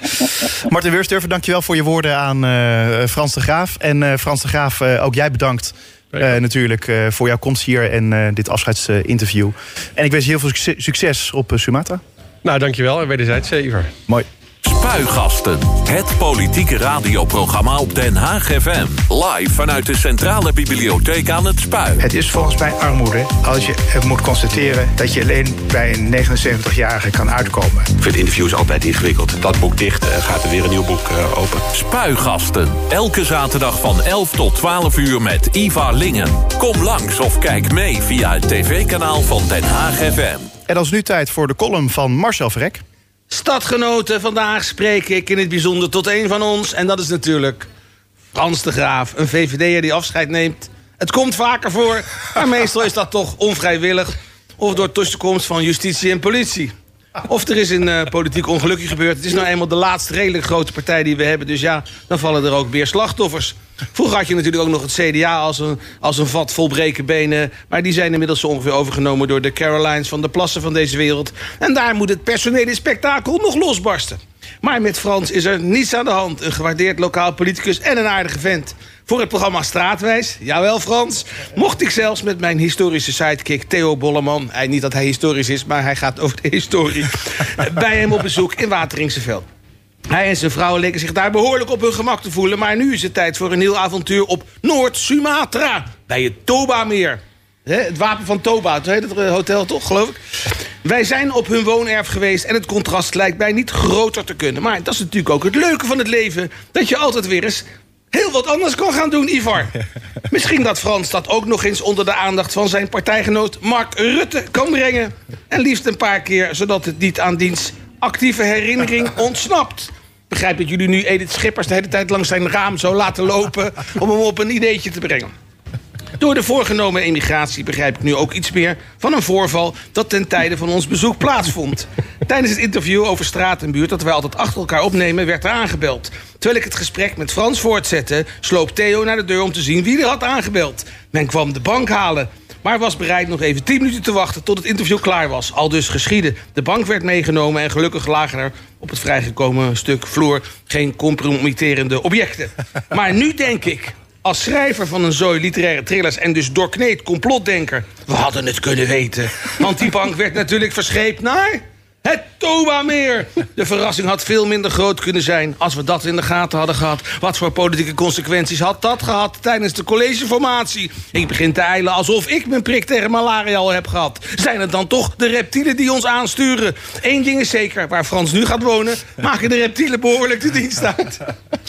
Martin Weursturfer, dankjewel voor je woorden aan uh, Frans de Graaf. En uh, Frans de Graaf, uh, ook jij bedankt uh, natuurlijk uh, voor jouw komst hier en uh, dit afscheidsinterview. En ik wens je heel veel succes op uh, Sumatra. Nou, dankjewel. En wederzijds, uh, Ivar. Mooi. Spuigasten, het politieke radioprogramma op Den Haag F M. Live vanuit de Centrale Bibliotheek aan het Spui. Het is volgens mij armoede als je moet constateren dat je alleen bij een negenenzeventigjarige kan uitkomen. Ik vind interviews altijd ingewikkeld. Dat boek dicht, uh, gaat er weer een nieuw boek uh, open. Spuigasten, elke zaterdag van elf tot twaalf uur met Ivar Lingen. Kom langs of kijk mee via het tv-kanaal van Den Haag F M. En dan is nu tijd voor de column van Marcel Verrek. Stadgenoten, vandaag spreek ik in het bijzonder tot een van ons. En dat is natuurlijk Frans de Graaf, een V V D'er die afscheid neemt. Het komt vaker voor, maar meestal is dat toch onvrijwillig. Of door tussenkomst van justitie en politie. Of er is een uh, politiek ongelukje gebeurd. Het is nou eenmaal de laatste redelijk grote partij die we hebben. Dus ja, dan vallen er ook weer slachtoffers. Vroeger had je natuurlijk ook nog het C D A als een, als een vat vol breken benen. Maar die zijn inmiddels zo ongeveer overgenomen door de Carolines van de Plassen van deze wereld. En daar moet het personele spektakel nog losbarsten. Maar met Frans is er niets aan de hand. Een gewaardeerd lokaal politicus en een aardige vent. Voor het programma Straatwijs, jawel Frans, mocht ik zelfs met mijn historische sidekick Theo Bolleman, hij, niet dat hij historisch is, maar hij gaat over de historie, bij hem op bezoek in Wateringse Veld. Hij en zijn vrouw leken zich daar behoorlijk op hun gemak te voelen, maar nu is het tijd voor een nieuw avontuur op Noord-Sumatra, bij het Toba-meer. Het wapen van Toba, zo heet het hotel toch, geloof ik. Wij zijn op hun woonerf geweest en het contrast lijkt mij niet groter te kunnen. Maar dat is natuurlijk ook het leuke van het leven, dat je altijd weer eens heel wat anders kan gaan doen, Ivar. Misschien dat Frans dat ook nog eens onder de aandacht van zijn partijgenoot Mark Rutte kan brengen. En liefst een paar keer, zodat het niet aan diens actieve herinnering ontsnapt. Begrijp dat jullie nu Edith Schippers de hele tijd langs zijn raam zo laten lopen om hem op een ideetje te brengen. Door de voorgenomen emigratie begrijp ik nu ook iets meer van een voorval dat ten tijde van ons bezoek plaatsvond. Tijdens het interview over straat en buurt dat wij altijd achter elkaar opnemen, werd er aangebeld. Terwijl ik het gesprek met Frans voortzette, sloop Theo naar de deur om te zien wie er had aangebeld. Men kwam de bank halen, maar was bereid nog even tien minuten te wachten tot het interview klaar was. Al dus geschieden. De bank werd meegenomen en gelukkig lagen er op het vrijgekomen stuk vloer geen compromitterende objecten. Maar nu denk ik, als schrijver van een zooi literaire thrillers en dus doorkneed complotdenker, we hadden het kunnen weten. Want die bank werd natuurlijk verscheept naar het Toba-meer. De verrassing had veel minder groot kunnen zijn als we dat in de gaten hadden gehad. Wat voor politieke consequenties had dat gehad tijdens de collegeformatie? Ik begin te eilen alsof ik mijn prik tegen malaria al heb gehad. Zijn het dan toch de reptielen die ons aansturen? Eén ding is zeker, waar Frans nu gaat wonen, maken de reptielen behoorlijk de dienst uit.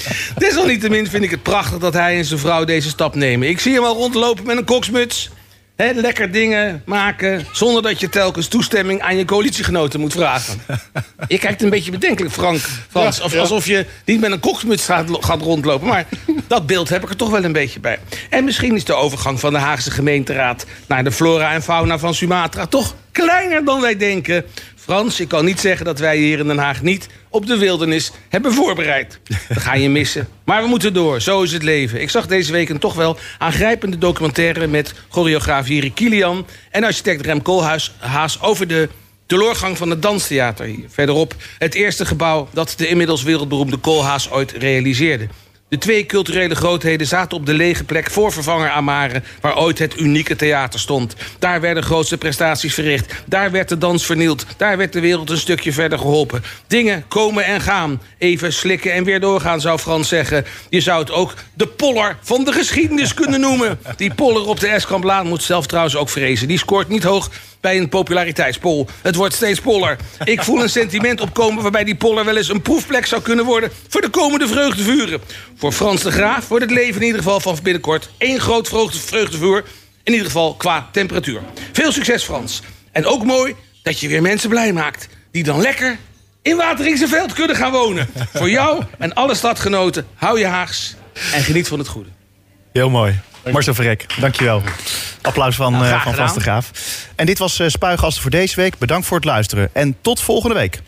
Desalniettemin vind ik het prachtig dat hij en zijn vrouw deze stap nemen. Ik zie hem al rondlopen met een koksmuts. He, lekker dingen maken zonder dat je telkens toestemming aan je coalitiegenoten moet vragen. Je kijkt een beetje bedenkelijk, Frank, Frans. Of, alsof je niet met een koksmuts gaat, gaat rondlopen. Maar dat beeld heb ik er toch wel een beetje bij. En misschien is de overgang van de Haagse gemeenteraad naar de flora en fauna van Sumatra toch kleiner dan wij denken. Frans, ik kan niet zeggen dat wij hier in Den Haag niet op de wildernis hebben voorbereid. Dat ga je missen. Maar we moeten door, zo is het leven. Ik zag deze week een toch wel aangrijpende documentaire met choreograaf Jiri Kilian en architect Rem Koolhaas Haas over de teloorgang van het Danstheater hier. Verderop het eerste gebouw dat de inmiddels wereldberoemde Koolhaas ooit realiseerde. De twee culturele grootheden zaten op de lege plek voor vervanger Amare, waar ooit het unieke theater stond. Daar werden grootste prestaties verricht. Daar werd de dans vernield. Daar werd de wereld een stukje verder geholpen. Dingen komen en gaan. Even slikken en weer doorgaan, zou Frans zeggen. Je zou het ook de poller van de geschiedenis kunnen noemen. Die poller op de Escamplaan moet zelf trouwens ook vrezen. Die scoort niet hoog bij een populariteitspol. Het wordt steeds poller. Ik voel een sentiment opkomen waarbij die poller wel eens een proefplek zou kunnen worden voor de komende vreugdevuren. Voor Frans de Graaf wordt het leven in ieder geval van binnenkort één groot vreugdevuur. In ieder geval qua temperatuur. Veel succes, Frans. En ook mooi dat je weer mensen blij maakt die dan lekker in Wateringse Veld kunnen gaan wonen. Voor jou en alle stadgenoten, hou je Haags en geniet van het goede. Heel mooi. Marcel Verrek, dankjewel. Applaus van, Nou, uh, graag van Frans de gedaan. Graaf. En dit was uh, Spuigasten voor deze week. Bedankt voor het luisteren en tot volgende week.